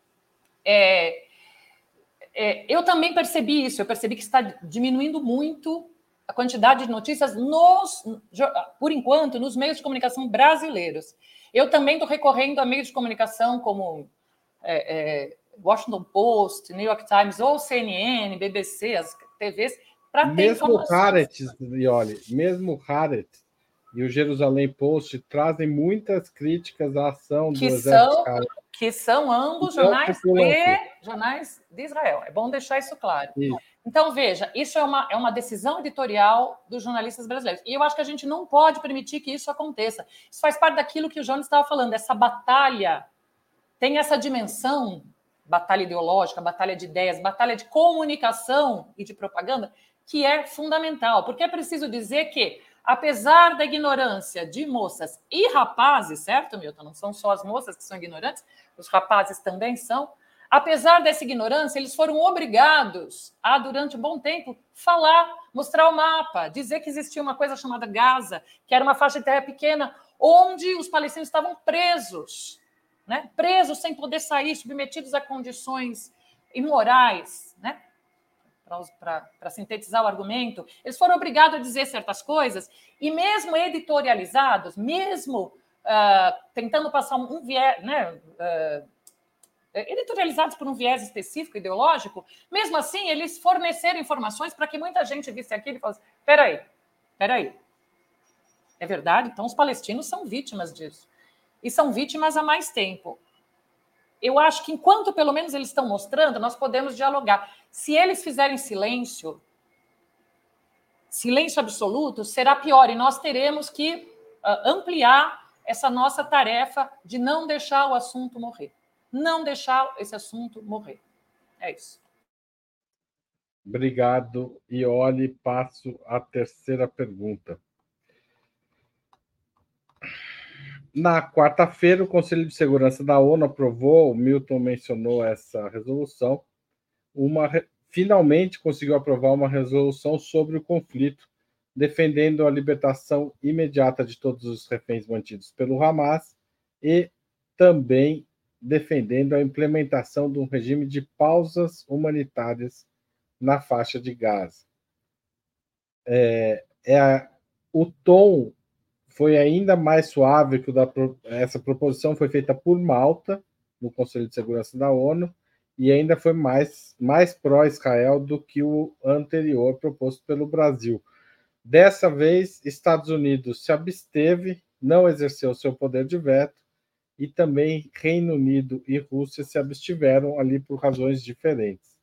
É, é, eu também percebi isso, eu percebi que está diminuindo muito a quantidade de notícias, nos, por enquanto, nos meios de comunicação brasileiros. Eu também estou recorrendo a meios de comunicação como é, é, Washington Post, New York Times, ou C N N, B B C, as T Vs, para ter mesmo informações. Haaretz, Iole, mesmo Haaretz e o Jerusalém Post trazem muitas críticas à ação do que exército são, israelense. Que são ambos então, jornais de, jornais de Israel. É bom deixar isso claro. Isso. Então, veja, isso é uma, é uma decisão editorial dos jornalistas brasileiros. E eu acho que a gente não pode permitir que isso aconteça. Isso faz parte daquilo que o Jones estava falando, essa batalha tem essa dimensão, batalha ideológica, batalha de ideias, batalha de comunicação e de propaganda, que é fundamental. Porque é preciso dizer que, apesar da ignorância de moças e rapazes, certo, Milton? Não são só as moças que são ignorantes, os rapazes também são. Apesar dessa ignorância, eles foram obrigados a, durante um bom tempo, falar, mostrar o mapa, dizer que existia uma coisa chamada Gaza, que era uma faixa de terra pequena, onde os palestinos estavam presos, né? Presos sem poder sair, submetidos a condições imorais, né? Para sintetizar o argumento, eles foram obrigados a dizer certas coisas, e mesmo editorializados, mesmo uh, tentando passar um viés, né, uh, editorializados por um viés específico, ideológico, mesmo assim, eles forneceram informações para que muita gente visse aquilo e falasse, peraí, peraí, é verdade? Então os palestinos são vítimas disso. E são vítimas há mais tempo. Eu acho que enquanto, pelo menos, eles estão mostrando, nós podemos dialogar. Se eles fizerem silêncio, silêncio absoluto, será pior. E nós teremos que uh, ampliar essa nossa tarefa de não deixar o assunto morrer. Não deixar esse assunto morrer. É isso. Obrigado. Iole, passo à terceira pergunta. Na quarta-feira, o Conselho de Segurança da ONU aprovou, o Milton mencionou essa resolução, uma, finalmente conseguiu aprovar uma resolução sobre o conflito, defendendo a libertação imediata de todos os reféns mantidos pelo Hamas e também defendendo a implementação de um regime de pausas humanitárias na faixa de Gaza. É, é a, o tom foi ainda mais suave que o da... Essa proposição foi feita por Malta, no Conselho de Segurança da ONU, e ainda foi mais, mais pró-Israel do que o anterior proposto pelo Brasil. Dessa vez, Estados Unidos se absteve, não exerceu seu poder de veto, e também Reino Unido e Rússia se abstiveram ali por razões diferentes.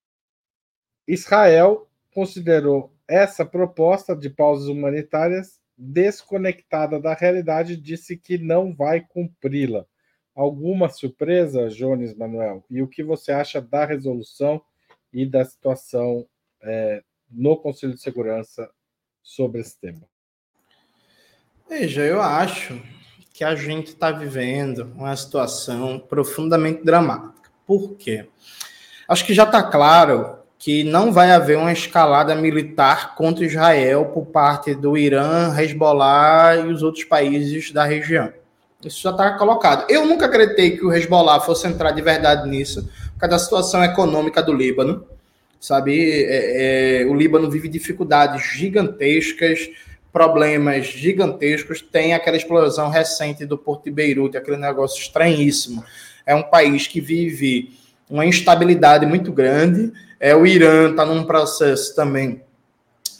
Israel considerou essa proposta de pausas humanitárias desconectada da realidade, disse que não vai cumpri-la. Alguma surpresa, Jones Manuel? E o que você acha da resolução e da situação é, no Conselho de Segurança sobre esse tema? Veja, eu acho que a gente está vivendo uma situação profundamente dramática. Por quê? Acho que já está claro que não vai haver uma escalada militar contra Israel por parte do Irã, Hezbollah e os outros países da região. Isso já está colocado. Eu nunca acreditei que o Hezbollah fosse entrar de verdade nisso, por causa da situação econômica do Líbano. Sabe, é, é, o Líbano vive dificuldades gigantescas, problemas gigantescos. Tem aquela explosão recente do Porto de Beirute, aquele negócio estranhíssimo. É um país que vive uma instabilidade muito grande. É, o Irã está num processo também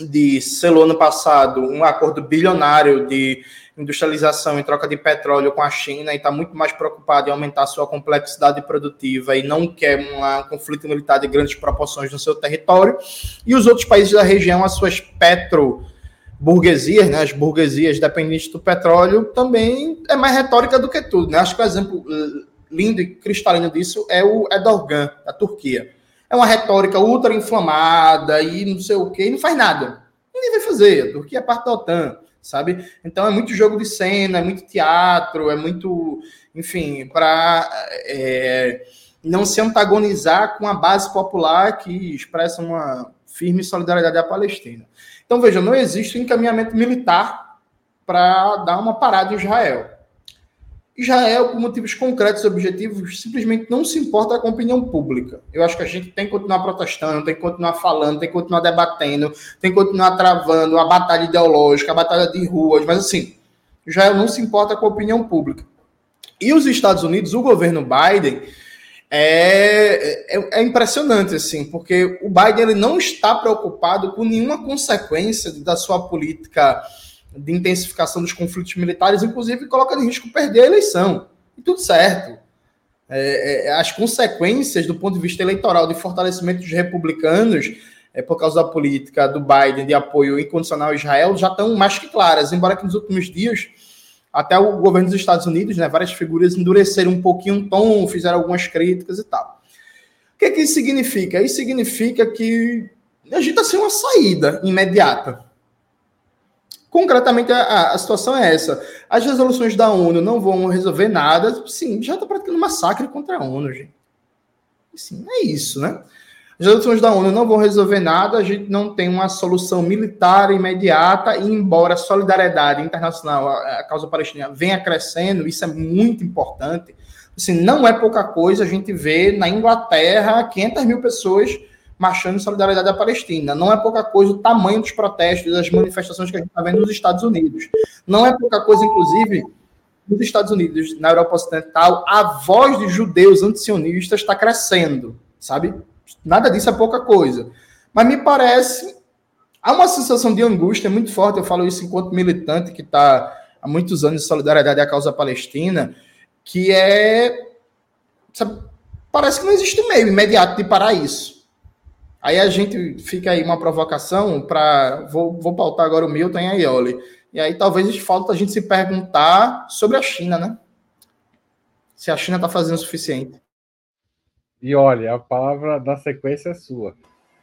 de selou ano passado um acordo bilionário de industrialização em troca de petróleo com a China e está muito mais preocupado em aumentar sua complexidade produtiva e não quer uma, um conflito militar de grandes proporções no seu território. E os outros países da região, as suas petroburguesias, né, as burguesias dependentes do petróleo, também é mais retórica do que tudo. Né? Acho que o exemplo lindo e cristalino disso é o Erdogan, da Turquia. É uma retórica ultra inflamada e não sei o quê, e não faz nada. Ninguém vai fazer. A Turquia é parte da OTAN, sabe? Então é muito jogo de cena, é muito teatro, é muito, enfim, para é, não se antagonizar com a base popular que expressa uma firme solidariedade à Palestina. Então, veja, não existe um encaminhamento militar para dar uma parada em Israel. Israel, por motivos concretos e objetivos, simplesmente não se importa com a opinião pública. Eu acho que a gente tem que continuar protestando, tem que continuar falando, tem que continuar debatendo, tem que continuar travando a batalha ideológica, a batalha de ruas, mas assim, Israel não se importa com a opinião pública. E os Estados Unidos, o governo Biden, é, é, é impressionante, assim, porque o Biden ele não está preocupado com nenhuma consequência da sua política de intensificação dos conflitos militares, inclusive coloca em risco perder a eleição. E tudo certo. É, é, as consequências do ponto de vista eleitoral de fortalecimento dos republicanos, é, por causa da política do Biden de apoio incondicional a Israel, já estão mais que claras, embora que nos últimos dias, até o governo dos Estados Unidos, né, várias figuras endureceram um pouquinho o tom, fizeram algumas críticas e tal. O que, é que isso significa? Isso significa que a gente está sem uma saída imediata. Concretamente, a, a situação é essa. As resoluções da ONU não vão resolver nada. Sim, já está praticando massacre contra a ONU, gente. Sim, é isso, né? As resoluções da ONU não vão resolver nada, a gente não tem uma solução militar imediata, e embora a solidariedade internacional, a, a causa palestina, venha crescendo, isso é muito importante. Assim, não é pouca coisa a gente vê na Inglaterra quinhentas mil pessoas marchando em solidariedade à Palestina. Não é pouca coisa o tamanho dos protestos, das manifestações que a gente está vendo nos Estados Unidos. Não é pouca coisa, inclusive, nos Estados Unidos, na Europa Ocidental, a voz de judeus antisionistas está crescendo, sabe? Nada disso é pouca coisa. Mas me parece, há uma sensação de angústia muito forte, eu falo isso enquanto militante que está há muitos anos em solidariedade à causa palestina, que é, sabe, parece que não existe meio imediato de parar isso. Aí a gente fica aí uma provocação para... Vou, vou pautar agora o Milton e a Iole. E aí talvez falta a gente se perguntar sobre a China, né? Se a China está fazendo o suficiente. E olha, a palavra da sequência é sua.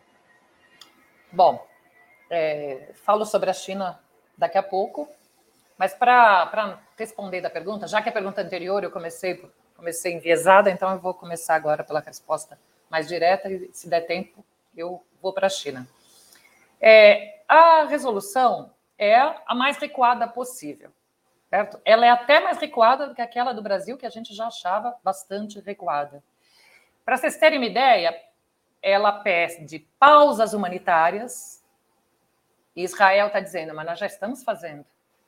Bom, é, falo sobre a China daqui a pouco, mas para responder da pergunta, já que a pergunta anterior eu comecei, comecei enviesada, então eu vou começar agora pela resposta mais direta e, se der tempo, eu vou para a China. É, a resolução é a mais recuada possível, certo? Ela é até mais recuada do que aquela do Brasil, que a gente já achava bastante recuada. Para vocês terem uma ideia, ela pede pausas humanitárias e Israel está dizendo, mas nós já estamos fazendo.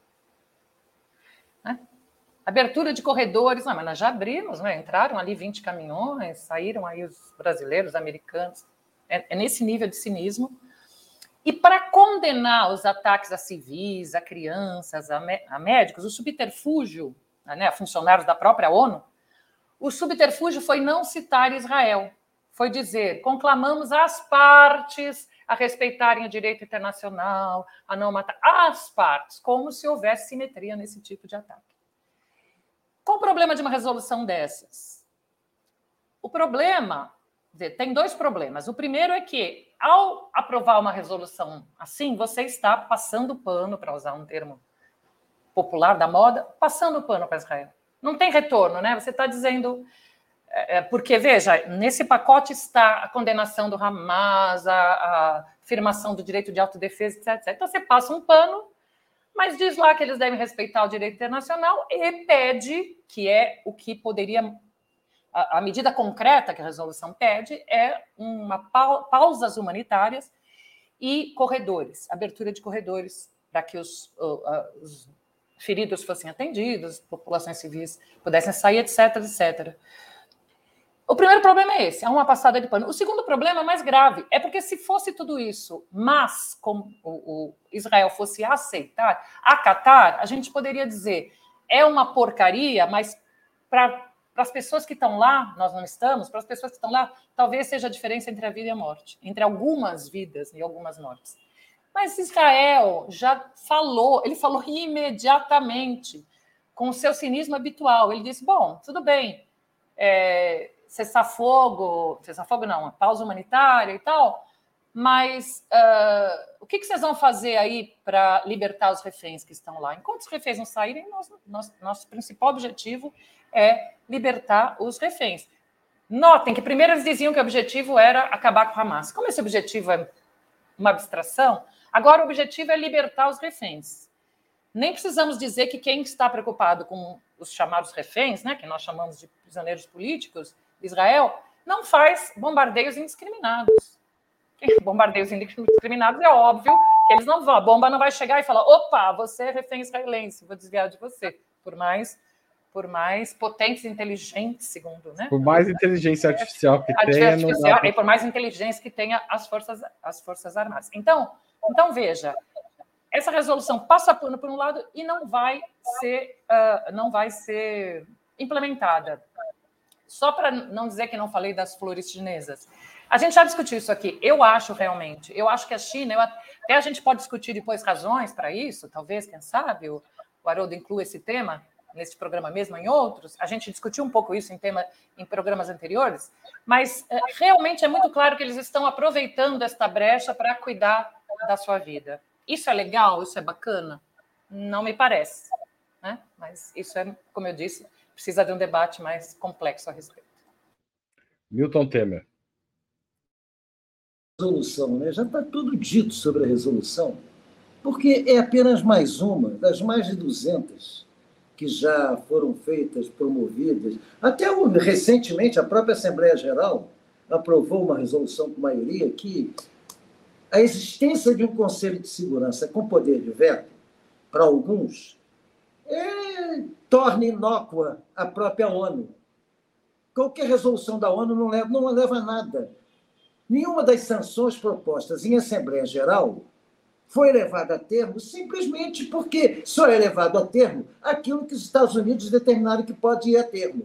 Né? Abertura de corredores, não, mas nós já abrimos, né? Entraram ali vinte caminhões, saíram aí os brasileiros, americanos. É, é nesse nível de cinismo. E para condenar os ataques a civis, a crianças, a, a médicos, o subterfúgio, né, a funcionários da própria ONU, o subterfúgio foi não citar Israel. Foi dizer, conclamamos as partes a respeitarem o direito internacional, a não matar as partes, como se houvesse simetria nesse tipo de ataque. Qual o problema de uma resolução dessas? O problema, tem dois problemas. O primeiro é que, ao aprovar uma resolução assim, você está passando pano, para usar um termo popular da moda, passando pano para Israel. Não tem retorno, né? Você está dizendo... É, porque, veja, nesse pacote está a condenação do Hamas, a, a afirmação do direito de autodefesa, etcétera, etcétera. Então, você passa um pano, mas diz lá que eles devem respeitar o direito internacional e pede, que é o que poderia... A, a medida concreta que a resolução pede é uma pa, pausas humanitárias e corredores, abertura de corredores para que os... Uh, os feridos fossem atendidos, populações civis pudessem sair, etc, etcétera. O primeiro problema é esse, há uma passada de pano. O segundo problema é mais grave, é porque se fosse tudo isso, mas como o, o Israel fosse aceitar, acatar, a gente poderia dizer, é uma porcaria, mas para as pessoas que estão lá, nós não estamos, para as pessoas que estão lá, talvez seja a diferença entre a vida e a morte, entre algumas vidas e algumas mortes. Mas Israel já falou, ele falou imediatamente, com o seu cinismo habitual. Ele disse, bom, tudo bem, é, cessar fogo, cessar fogo não, uma pausa humanitária e tal, mas uh, o que, que vocês vão fazer aí para libertar os reféns que estão lá? Enquanto os reféns não saírem, nós, nós, nosso principal objetivo é libertar os reféns. Notem que primeiro eles diziam que o objetivo era acabar com o Hamas. Como esse objetivo é uma abstração, agora o objetivo é libertar os reféns. Nem precisamos dizer que quem está preocupado com os chamados reféns, né, que nós chamamos de prisioneiros políticos de Israel, não faz bombardeios indiscriminados. Bombardeios indiscriminados é óbvio que eles não vão, a bomba não vai chegar e falar, opa, você é refém israelense, vou desviar de você, por mais, por mais potentes e inteligentes, segundo, né? Por mais inteligência artificial que tenha, artificial, não dá... e por mais inteligência que tenha as forças, as forças armadas. Então, então veja, essa resolução passa pano por um lado e não vai ser, uh, não vai ser implementada. Só para não dizer que não falei das flores chinesas. A gente já discutiu isso aqui. Eu acho realmente, eu acho que a China, eu, até a gente pode discutir depois razões para isso, talvez, quem sabe, o, o Haroldo inclua esse tema nesse programa mesmo, em outros. A gente discutiu um pouco isso em, tema, em programas anteriores, mas uh, realmente é muito claro que eles estão aproveitando esta brecha para cuidar da sua vida. Isso é legal? Isso é bacana? Não me parece, né? Mas isso é, como eu disse, precisa de um debate mais complexo a respeito. Milton Temer. Resolução, né? Já está tudo dito sobre a resolução, porque é apenas mais uma das mais de duzentas que já foram feitas, promovidas. Até recentemente, a própria Assembleia Geral aprovou uma resolução com maioria que a existência de um Conselho de Segurança com poder de veto, para alguns, é, torna inócua a própria ONU. Qualquer resolução da ONU não leva, não leva a nada. Nenhuma das sanções propostas em Assembleia Geral foi levada a termo simplesmente porque só é levado a termo aquilo que os Estados Unidos determinaram que pode ir a termo.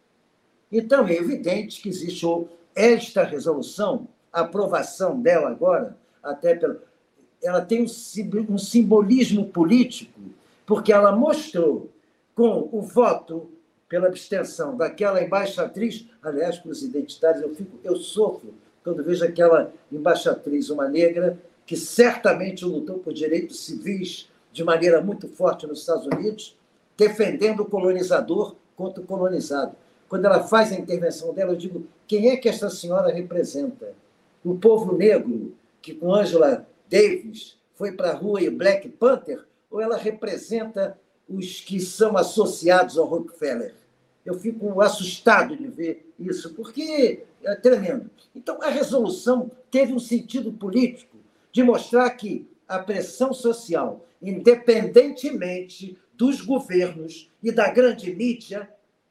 Então, é evidente que existe esta resolução, a aprovação dela agora, até pela, ela tem um simbolismo político, porque ela mostrou, com o voto pela abstenção daquela embaixatriz, aliás, para os identitários, eu, fico, eu sofro quando vejo aquela embaixatriz, uma negra, que certamente lutou por direitos civis de maneira muito forte nos Estados Unidos, defendendo o colonizador contra o colonizado. Quando ela faz a intervenção dela, eu digo, quem é que essa senhora representa? O povo negro, que com Angela Davis foi para a rua e Black Panther, ou ela representa os que são associados ao Rockefeller? Eu fico assustado de ver isso, porque é tremendo. Então, a resolução teve um sentido político de mostrar que a pressão social, independentemente dos governos e da grande mídia,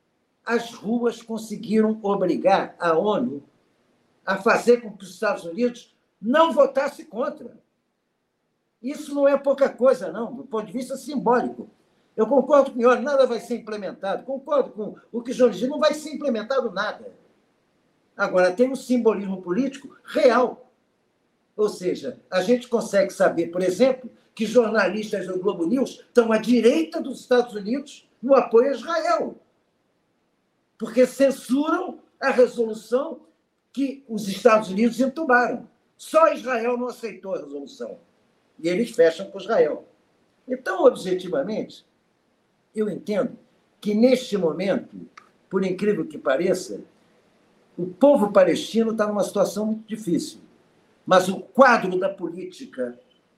as ruas conseguiram obrigar a ONU a fazer com que os Estados Unidos não votassem contra. Isso não é pouca coisa, não, do ponto de vista simbólico. Eu concordo com o senhor, nada vai ser implementado. Concordo com o que o João disse, não vai ser implementado nada. Agora, tem um simbolismo político real. Ou seja, a gente consegue saber, por exemplo, que jornalistas do Globo News estão à direita dos Estados Unidos no apoio a Israel, porque censuram a resolução que os Estados Unidos entubaram. Só Israel não aceitou a resolução. E eles fecham com Israel. Então, objetivamente, eu entendo que, neste momento, por incrível que pareça, o povo palestino está numa situação muito difícil. Mas o quadro da política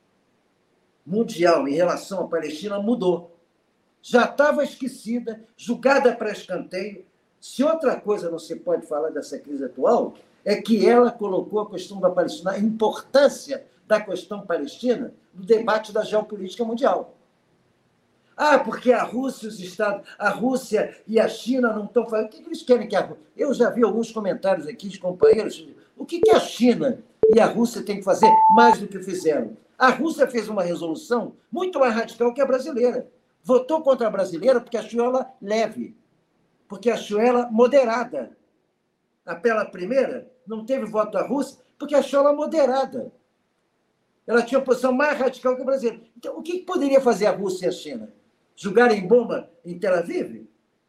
mundial em relação à Palestina mudou. Já estava esquecida, julgada para escanteio. Se outra coisa não se pode falar dessa crise atual, é que ela colocou a questão da Palestina, a importância da questão palestina no debate da geopolítica mundial. Ah, porque a Rússia, os Estados, a Rússia e a China não estão fazendo. O que eles querem que a Rússia... Eu já vi alguns comentários aqui de companheiros. O que a China e a Rússia têm que fazer mais do que fizeram? A Rússia fez uma resolução muito mais radical que a brasileira. Votou contra a brasileira porque achou ela leve, porque achou ela moderada. Pela primeira, não teve voto da Rússia porque achou ela moderada. Ela tinha uma posição mais radical que a brasileira. Então, o que poderia fazer a Rússia e a China? Jogarem bomba em Tel Aviv?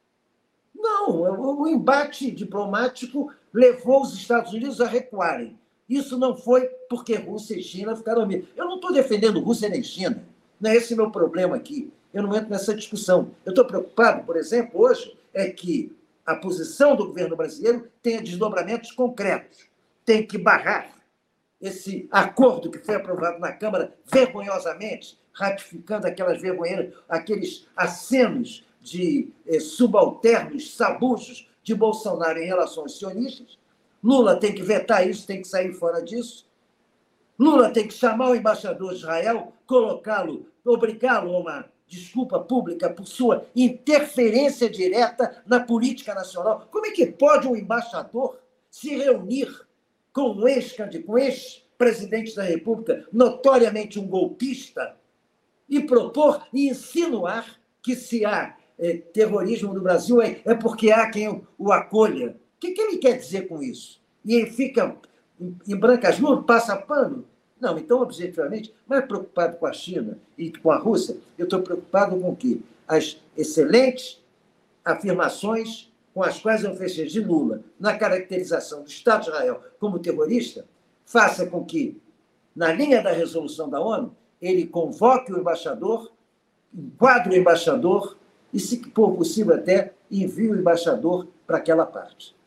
Não, o embate diplomático levou os Estados Unidos a recuarem. Isso não foi porque Rússia e China ficaram amigos. Eu não estou defendendo Rússia nem China. Não é esse o meu problema aqui. Eu não entro nessa discussão. Eu estou preocupado, por exemplo, hoje, é que a posição do governo brasileiro tenha desdobramentos concretos. Tem que barrar esse acordo que foi aprovado na Câmara vergonhosamente, ratificando aquelas vergonheiras, aqueles acenos de eh, subalternos, sabujos de Bolsonaro em relação aos sionistas. Lula tem que vetar isso, tem que sair fora disso. Lula tem que chamar o embaixador de Israel, colocá-lo, obrigá-lo a uma desculpa pública por sua interferência direta na política nacional. Como é que pode um embaixador se reunir com um ex-presidente da República, notoriamente um golpista, e propor e insinuar que se há é, terrorismo no Brasil é, é porque há quem o acolha? O que, que ele quer dizer com isso? E ele fica em, em brancas nuvens, passa pano? Não, então, objetivamente, mais preocupado com a China e com a Rússia, eu estou preocupado com o quê? As excelentes afirmações com as quais eu fechei de Lula na caracterização do Estado de Israel como terrorista, faça com que, na linha da resolução da ONU, ele convoque o embaixador, enquadre o embaixador e, se for possível até, envie o embaixador para aquela parte.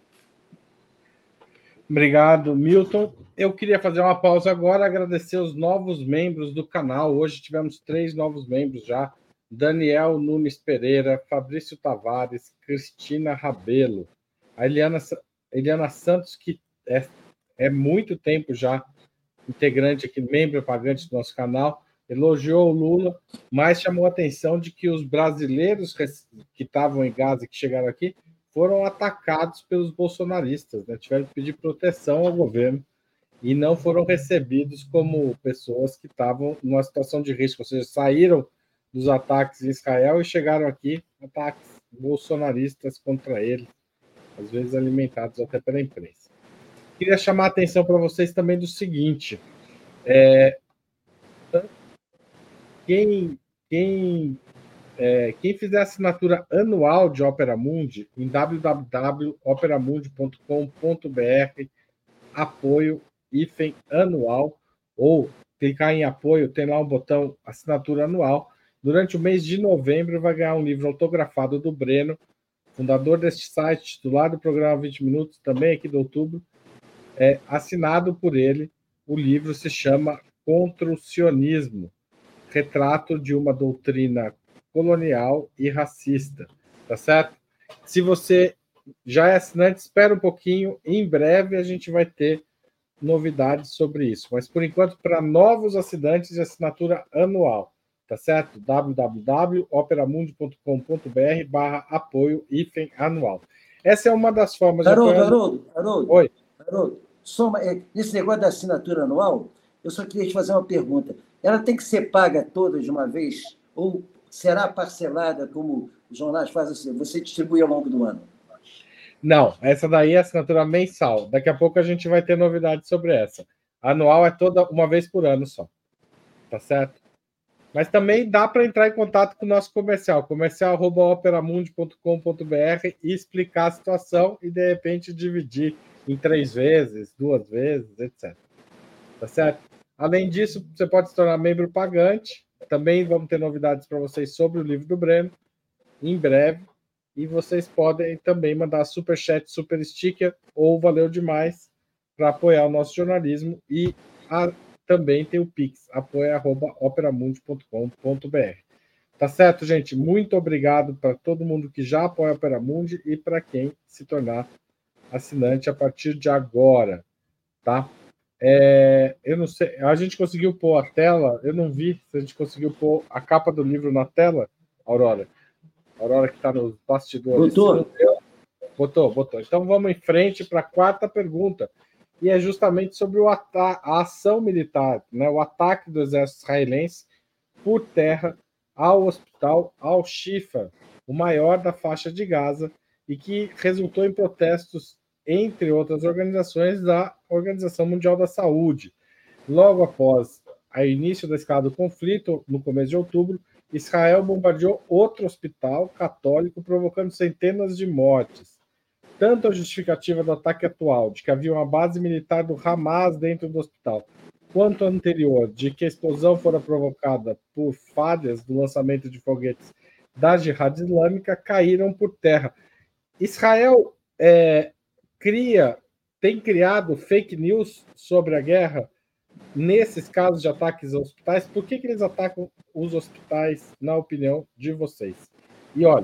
Obrigado, Milton. Eu queria fazer uma pausa agora, agradecer os novos membros do canal. Hoje tivemos três novos membros já. Daniel Nunes Pereira, Fabrício Tavares, Cristina Rabelo, a Eliana, Eliana Santos, que é, é muito tempo já integrante aqui, membro pagante do nosso canal, elogiou o Lula, mas chamou a atenção de que os brasileiros que estavam em Gaza e que chegaram aqui foram atacados pelos bolsonaristas, né? Tiveram que pedir proteção ao governo e não foram recebidos como pessoas que estavam numa situação de risco, ou seja, saíram dos ataques em Israel e chegaram aqui, ataques bolsonaristas contra ele, às vezes alimentados até pela imprensa. Queria chamar a atenção para vocês também do seguinte, é, quem, quem, é, quem fizer assinatura anual de Opera Mundi, em w w w ponto opera mundi ponto com ponto b r, apoio hífen anual, ou clicar em apoio, tem lá um botão assinatura anual. Durante o mês de novembro vai ganhar um livro autografado do Breno, fundador deste site, titular do programa vinte minutos, também aqui de outubro, é, assinado por ele. O livro se chama Contra o Sionismo, retrato de uma doutrina colonial e racista, tá certo? Se você já é assinante, espera um pouquinho, em breve a gente vai ter novidades sobre isso, mas por enquanto para novos assinantes de assinatura anual, tá certo? w w w ponto opera mundi ponto com ponto b r barra apoio hífen anual. Essa é uma das formas Haroldo, de apoiar... Haroldo, Haroldo, Oi. Haroldo, soma, nesse negócio da assinatura anual, eu só queria te fazer uma pergunta. Ela tem que ser paga toda de uma vez ou será parcelada, como os jornais fazem assim, você distribui ao longo do ano? Não, essa daí é assinatura mensal. Daqui a pouco a gente vai ter novidades sobre essa. Anual é toda uma vez por ano só. Tá certo? Mas também dá para entrar em contato com o nosso comercial, comercial arroba opera mundi ponto com ponto b r, e explicar a situação e, de repente, dividir em três vezes, duas vezes, etcétera. Tá certo? Além disso, você pode se tornar membro pagante. Também vamos ter novidades para vocês sobre o livro do Breno, em breve. E vocês podem também mandar superchat, super sticker ou valeu demais para apoiar o nosso jornalismo. E a, também tem o Pix, apoia arroba opera mundi ponto com ponto b r. Tá certo, gente? Muito obrigado para todo mundo que já apoia a Opera Mundi e para quem se tornar assinante a partir de agora, tá? É, eu não sei, a gente conseguiu pôr a tela, eu não vi se a gente conseguiu pôr a capa do livro na tela. Aurora. Aurora que está nos bastidores. Botou? Botou, botou. Então vamos em frente para a quarta pergunta. E é justamente sobre o ata- a ação militar, né? O ataque do exército israelense por terra ao hospital Al-Shifa, o maior da faixa de Gaza, e que resultou em protestos, entre outras organizações, da Organização Mundial da Saúde. Logo após o início da escala do conflito, no começo de outubro, Israel bombardeou outro hospital católico, provocando centenas de mortes. Tanto a justificativa do ataque atual, de que havia uma base militar do Hamas dentro do hospital, quanto a anterior, de que a explosão fora provocada por falhas do lançamento de foguetes da Jihad Islâmica, caíram por terra. Israel é, cria, tem criado fake news sobre a guerra nesses casos de ataques a hospitais. Por que, que eles atacam os hospitais, na opinião de vocês? E olha.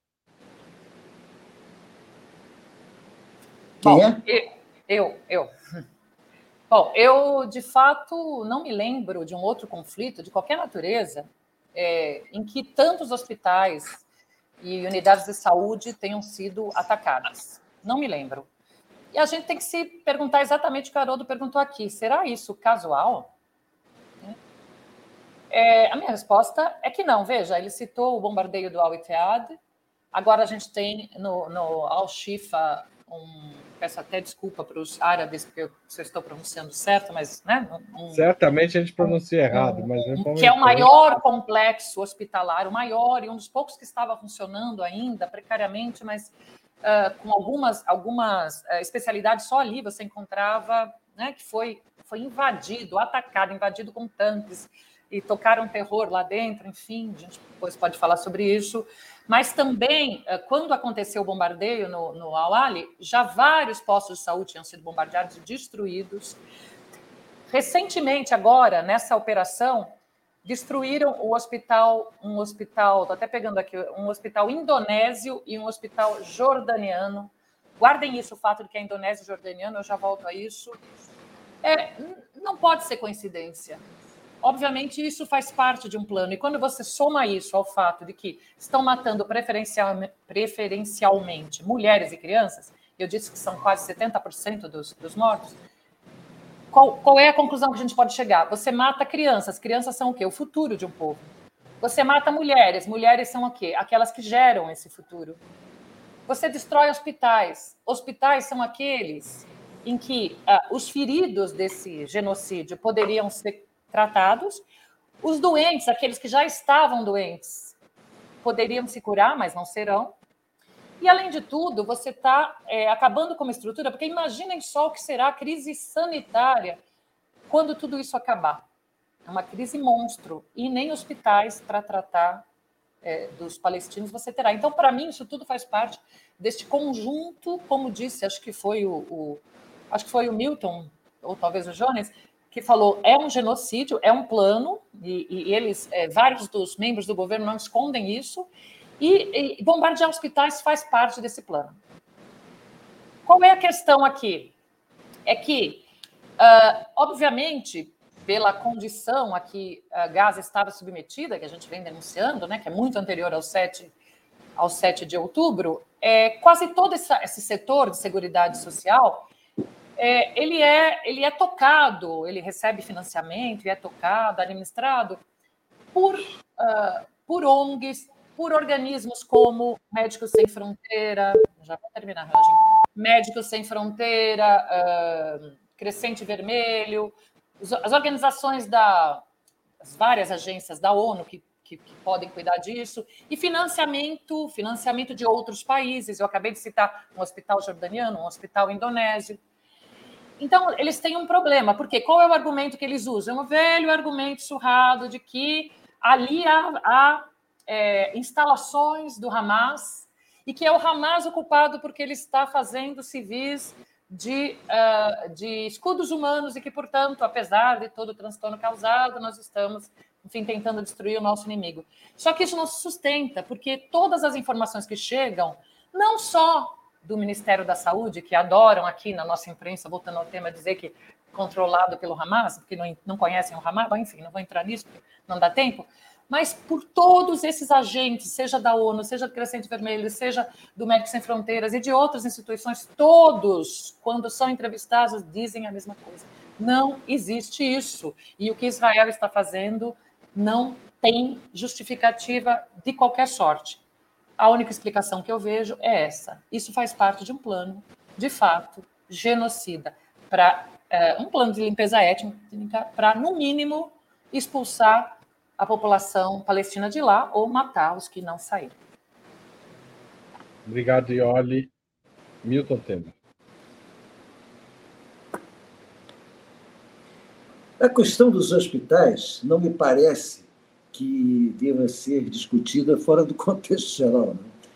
Bom, Quem é? Eu, eu. Bom, eu, de fato, não me lembro de um outro conflito, de qualquer natureza, é, em que tantos hospitais e unidades de saúde tenham sido atacadas. Não me lembro. E a gente tem que se perguntar exatamente o que o Haroldo perguntou aqui. Será isso casual? É, a minha resposta é que não. Veja, ele citou o bombardeio do Al-Ittihad. Agora a gente tem no, no Al-Shifa, um, peço até desculpa para os árabes, porque eu, se eu estou pronunciando certo, mas... Né, um, Certamente a gente pronuncia um, errado. Mas um, que é o maior complexo hospitalar, o maior e um dos poucos que estava funcionando ainda, precariamente, mas... Uh, com algumas, algumas uh, especialidades, só ali você encontrava, né, que foi, foi invadido, atacado, invadido com tanques, e tocaram terror lá dentro, enfim, a gente depois pode falar sobre isso. Mas também, uh, quando aconteceu o bombardeio no, no Al-Ali, já vários postos de saúde tinham sido bombardeados e destruídos. Recentemente, agora, nessa operação, destruíram o hospital, um hospital, estou até pegando aqui, um hospital indonésio e um hospital jordaniano. Guardem isso, o fato de que é indonésio e jordaniano, eu já volto a isso. É, não pode ser coincidência. Obviamente, isso faz parte de um plano. E quando você soma isso ao fato de que estão matando preferencial, preferencialmente mulheres e crianças, eu disse que são quase setenta por cento dos, dos mortos, Qual, qual é a conclusão que a gente pode chegar? Você mata crianças. Crianças são o quê? O futuro de um povo. Você mata mulheres. Mulheres são o quê? Aquelas que geram esse futuro. Você destrói hospitais. Hospitais são aqueles em que ah, os feridos desse genocídio poderiam ser tratados. Os doentes, aqueles que já estavam doentes, poderiam se curar, mas não serão. E, além de tudo, você está é, acabando com uma estrutura, porque imaginem só o que será a crise sanitária quando tudo isso acabar. É uma crise monstro, e nem hospitais para tratar é, dos palestinos você terá. Então, para mim, isso tudo faz parte deste conjunto, como disse, acho que foi o, o, acho que foi o Milton, ou talvez o Jones, que falou, é um genocídio, é um plano, e, e eles, é, vários dos membros do governo não escondem isso, E, e bombardear hospitais faz parte desse plano. Qual é a questão aqui? É que, uh, obviamente, pela condição a que a Gaza estava submetida, que a gente vem denunciando, né, que é muito anterior ao sete, ao sete de outubro, é, quase todo essa, esse setor de seguridade social, é, ele, é, ele é tocado, ele recebe financiamento e é tocado, administrado por, uh, por O N Gs, por organismos como Médicos Sem Fronteira, já vou terminar, Rangel, Médicos Sem Fronteira, uh, Crescente Vermelho, as organizações da, as várias agências da ONU que, que, que podem cuidar disso, e financiamento, financiamento de outros países. Eu acabei de citar um hospital jordaniano, um hospital indonésio. Então, eles têm um problema, porque qual é o argumento que eles usam? É um velho argumento surrado de que ali há, há é, instalações do Hamas e que é o Hamas ocupado porque ele está fazendo civis de, uh, de escudos humanos e que, portanto, apesar de todo o transtorno causado, nós estamos, enfim, tentando destruir o nosso inimigo. Só que isso não se sustenta, porque todas as informações que chegam, não só do Ministério da Saúde, que adoram aqui na nossa imprensa, voltando ao tema, dizer que controlado pelo Hamas, porque não, não conhecem o Hamas, bom, enfim, não vou entrar nisso, porque não dá tempo, mas por todos esses agentes, seja da ONU, seja do Crescente Vermelho, seja do Médicos Sem Fronteiras e de outras instituições, todos, quando são entrevistados, dizem a mesma coisa. Não existe isso. E o que Israel está fazendo não tem justificativa de qualquer sorte. A única explicação que eu vejo é essa. Isso faz parte de um plano, de fato, genocida, para é, um plano de limpeza étnica para, no mínimo, expulsar a população palestina de lá ou matar os que não saíram. Obrigado, Ioli. Milton Temer. A questão dos hospitais não me parece que deva ser discutida fora do contexto geral.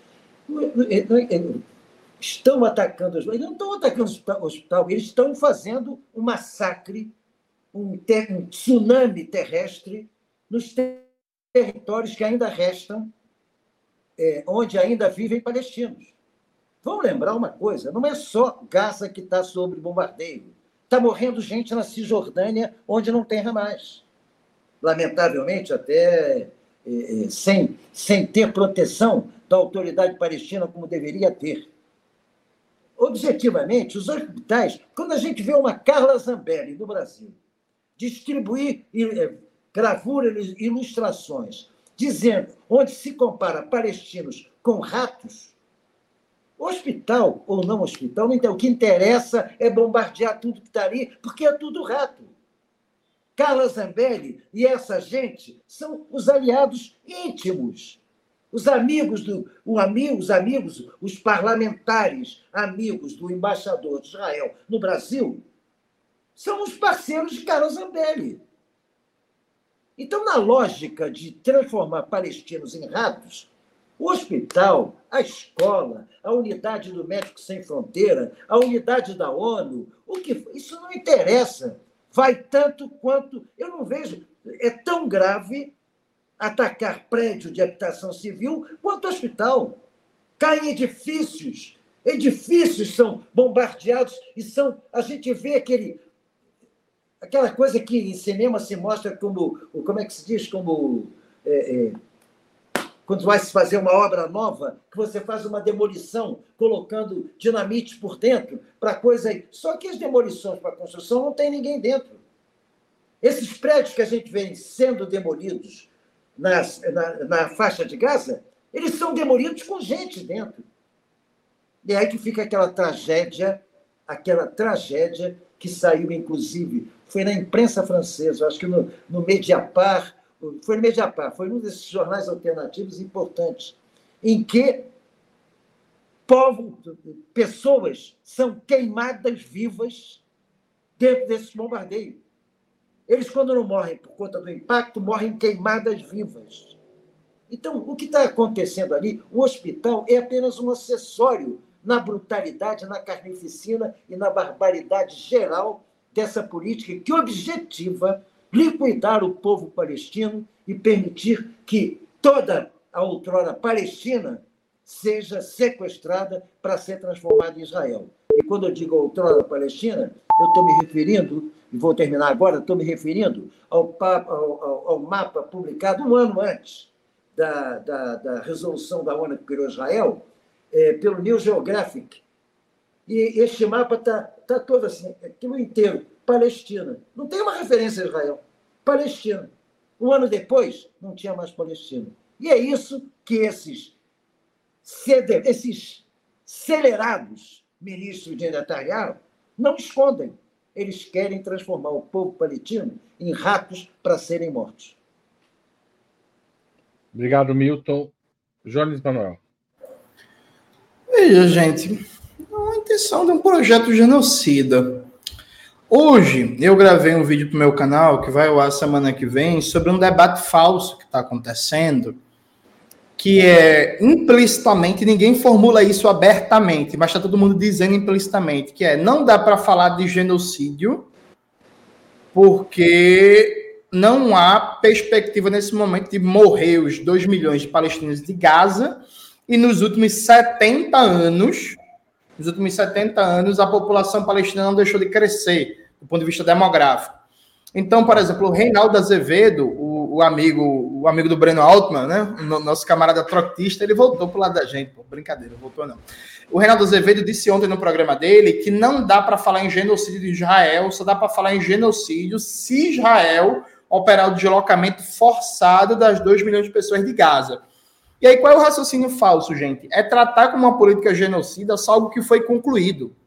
Né? Estão atacando, eles não estão atacando o hospital, eles estão fazendo um massacre, um, ter, um tsunami terrestre nos territórios que ainda restam, é, onde ainda vivem palestinos. Vamos lembrar uma coisa, não é só Gaza que está sob bombardeio. Está morrendo gente na Cisjordânia, onde não tem Hamas. Lamentavelmente, até é, sem, sem ter proteção da autoridade palestina como deveria ter. Objetivamente, os hospitais, quando a gente vê uma Carla Zambelli no Brasil distribuir gravuras, ilustrações, dizendo onde se compara palestinos com ratos, hospital ou não hospital, não o que interessa é bombardear tudo que está ali, porque é tudo rato. Carla Zambelli e essa gente são os aliados íntimos, os amigos, do, o amigo, os amigos, os parlamentares amigos do embaixador de Israel no Brasil, são os parceiros de Carla Zambelli. Então, na lógica de transformar palestinos em ratos, o hospital, a escola, a unidade do Médicos Sem Fronteira, a unidade da ONU, o que isso não interessa. Vai tanto quanto... Eu não vejo... É tão grave atacar prédio de habitação civil quanto hospital. Caem edifícios. Edifícios são bombardeados e são... A gente vê aquele... Aquela coisa que em cinema se mostra como... Como é que se diz? Como... É, é, quando vai se fazer uma obra nova, que você faz uma demolição colocando dinamite por dentro para coisa aí. Só que as demolições para construção não tem ninguém dentro. Esses prédios que a gente vê sendo demolidos nas, na, na faixa de Gaza, eles são demolidos com gente dentro. E é aí que fica aquela tragédia, aquela tragédia que saiu, inclusive, foi na imprensa francesa, acho que no, no Mediapart, foi no Mediapart, foi um desses jornais alternativos importantes, em que povo, pessoas são queimadas vivas dentro desses bombardeios. Eles, quando não morrem por conta do impacto, morrem queimadas vivas. Então, o que está acontecendo ali, o hospital é apenas um acessório na brutalidade, na carnificina e na barbaridade geral dessa política que objetiva liquidar o povo palestino e permitir que toda a outrora Palestina seja sequestrada para ser transformada em Israel. E quando eu digo outrora Palestina, eu estou me referindo, e vou terminar agora, estou me referindo ao, ao, ao mapa publicado um ano antes da, da, da resolução da ONU que criou Israel, é, pelo New Geographic. E este mapa está tá todo assim, aquilo inteiro, Palestina. Não tem uma referência a Israel. Palestina. Um ano depois, não tinha mais Palestina. E é isso que esses, esses acelerados ministros de Netanyahu não escondem. Eles querem transformar o povo palestino em ratos para serem mortos. Obrigado, Milton. Jones Manuel. Veja, gente, é a intenção de um projeto genocida. Hoje, eu gravei um vídeo para o meu canal, que vai ao ar semana que vem, sobre um debate falso que está acontecendo, que é, implicitamente, ninguém formula isso abertamente, mas está todo mundo dizendo implicitamente, que é, não dá para falar de genocídio, porque não há perspectiva nesse momento de morrer os dois milhões de palestinos de Gaza, e nos últimos setenta anos... Nos últimos setenta anos, a população palestina não deixou de crescer, do ponto de vista demográfico. Então, por exemplo, o Reinaldo Azevedo, o, o amigo, o amigo do Breno Altman, né? O nosso camarada trotista, ele voltou pro lado da gente. Pô, brincadeira, voltou não. O Reinaldo Azevedo disse ontem no programa dele que não dá para falar em genocídio de Israel, só dá para falar em genocídio se Israel operar o deslocamento forçado das dois milhões de pessoas de Gaza. E aí, qual é o raciocínio falso, gente? É tratar como uma política genocida só algo que foi concluído.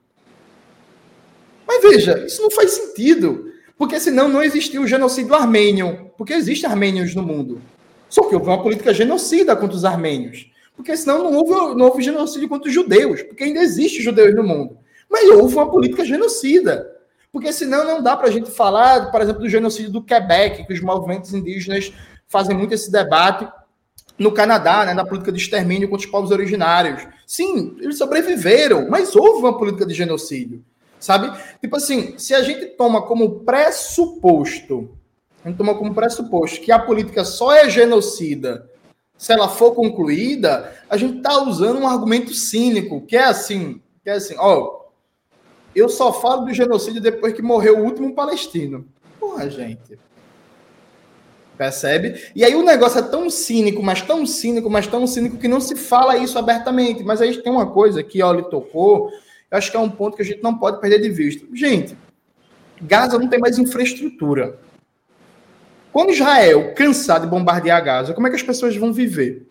Mas veja, isso não faz sentido, porque senão não existiu o genocídio armênio, porque existem armênios no mundo. Só que houve uma política genocida contra os armênios, porque senão não houve, não houve genocídio contra os judeus, porque ainda existem judeus no mundo. Mas houve uma política genocida, porque senão não dá para a gente falar, por exemplo, do genocídio do Quebec, que os movimentos indígenas fazem muito esse debate no Canadá, né, na política de extermínio contra os povos originários. Sim, eles sobreviveram, mas houve uma política de genocídio. Sabe? Tipo assim, se a gente toma como pressuposto, a gente toma como pressuposto que a política só é genocida se ela for concluída, a gente está usando um argumento cínico, que é assim, que é assim, ó, eu só falo do genocídio depois que morreu o último palestino. Porra, gente. Percebe? E aí o negócio é tão cínico, mas tão cínico, mas tão cínico que não se fala isso abertamente. Mas aí tem uma coisa que ó, ele tocou. Eu acho que é um ponto que a gente não pode perder de vista. Gente, Gaza não tem mais infraestrutura. Quando Israel cansar de bombardear Gaza, como é que as pessoas vão viver?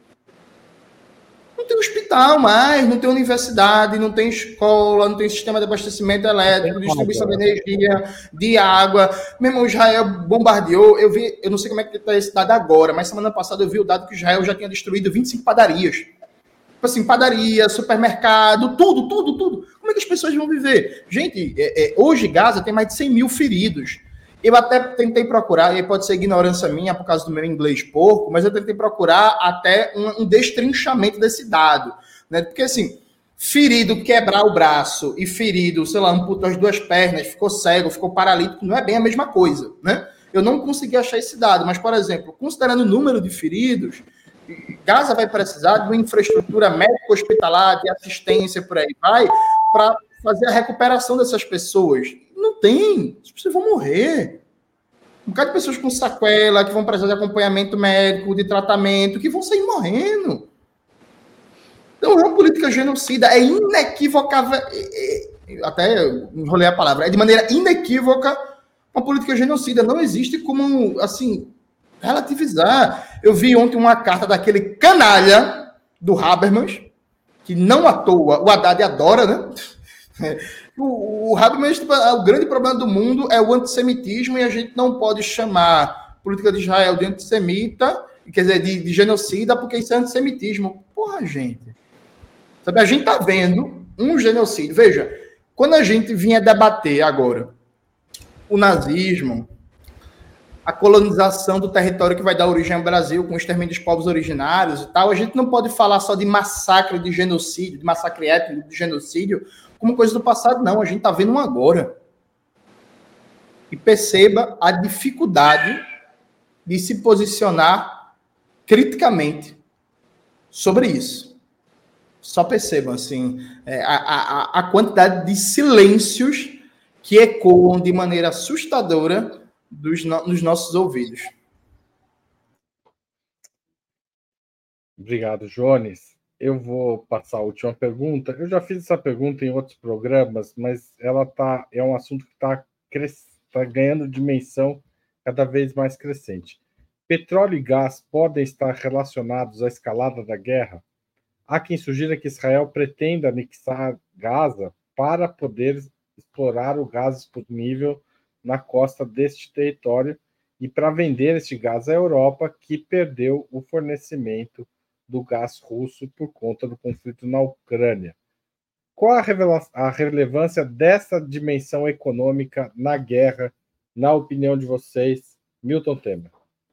Não tem hospital mais, não tem universidade, não tem escola, não tem sistema de abastecimento elétrico, distribuição de energia, de água. Meu irmão, Israel bombardeou, eu vi, eu não sei como é que está esse dado agora, mas semana passada eu vi o dado que Israel já tinha destruído vinte e cinco padarias. Tipo assim, padaria, supermercado, tudo, tudo, tudo. Como é que as pessoas vão viver? Gente, é, é, hoje Gaza tem mais de cem mil feridos. Eu até tentei procurar, e pode ser ignorância minha por causa do meu inglês porco, mas eu tentei procurar até um, um destrinchamento desse dado. Né? Porque assim, ferido, quebrar o braço e ferido, sei lá, amputou as duas pernas, ficou cego, ficou paralítico, não é bem a mesma coisa. Né? Eu não consegui achar esse dado, mas, por exemplo, considerando o número de feridos, Gaza vai precisar de uma infraestrutura médico-hospitalar, de assistência, por aí vai, para fazer a recuperação dessas pessoas. Não tem. As pessoas vão morrer. Um bocado de pessoas com sequela, que vão precisar de acompanhamento médico, de tratamento, que vão sair morrendo. Então, é uma política genocida. É inequivocável. Até enrolei a palavra. É de maneira inequívoca uma política genocida. Não existe como, assim, relativizar. Eu vi ontem uma carta daquele canalha do Habermas, que não à toa, o Haddad adora, né? O, o Habermas, o grande problema do mundo é o antissemitismo, e a gente não pode chamar a política de Israel de antissemita, quer dizer, de, de genocida, porque isso é antissemitismo. Porra, gente. Sabe, a gente tá vendo um genocídio. Veja, quando a gente vinha debater agora o nazismo, a colonização do território que vai dar origem ao Brasil, com o extermínio dos povos originários e tal, a gente não pode falar só de massacre, de genocídio, de massacre étnico, de genocídio, como coisa do passado, não. A gente está vendo um agora. E perceba a dificuldade de se posicionar criticamente sobre isso. Só percebam, assim, a, a, a quantidade de silêncios que ecoam de maneira assustadora Dos no, nos nossos ouvidos. Obrigado, Jones. Eu vou passar a última pergunta. Eu já fiz essa pergunta em outros programas, mas ela tá, é um assunto que está tá ganhando dimensão cada vez mais crescente. Petróleo e gás podem estar relacionados à escalada da guerra? Há quem sugira que Israel pretenda anexar Gaza para poder explorar o gás disponível na costa deste território e para vender este gás à Europa, que perdeu o fornecimento do gás russo por conta do conflito na Ucrânia. Qual a, a relevância dessa dimensão econômica na guerra, na opinião de vocês, Milton Temer?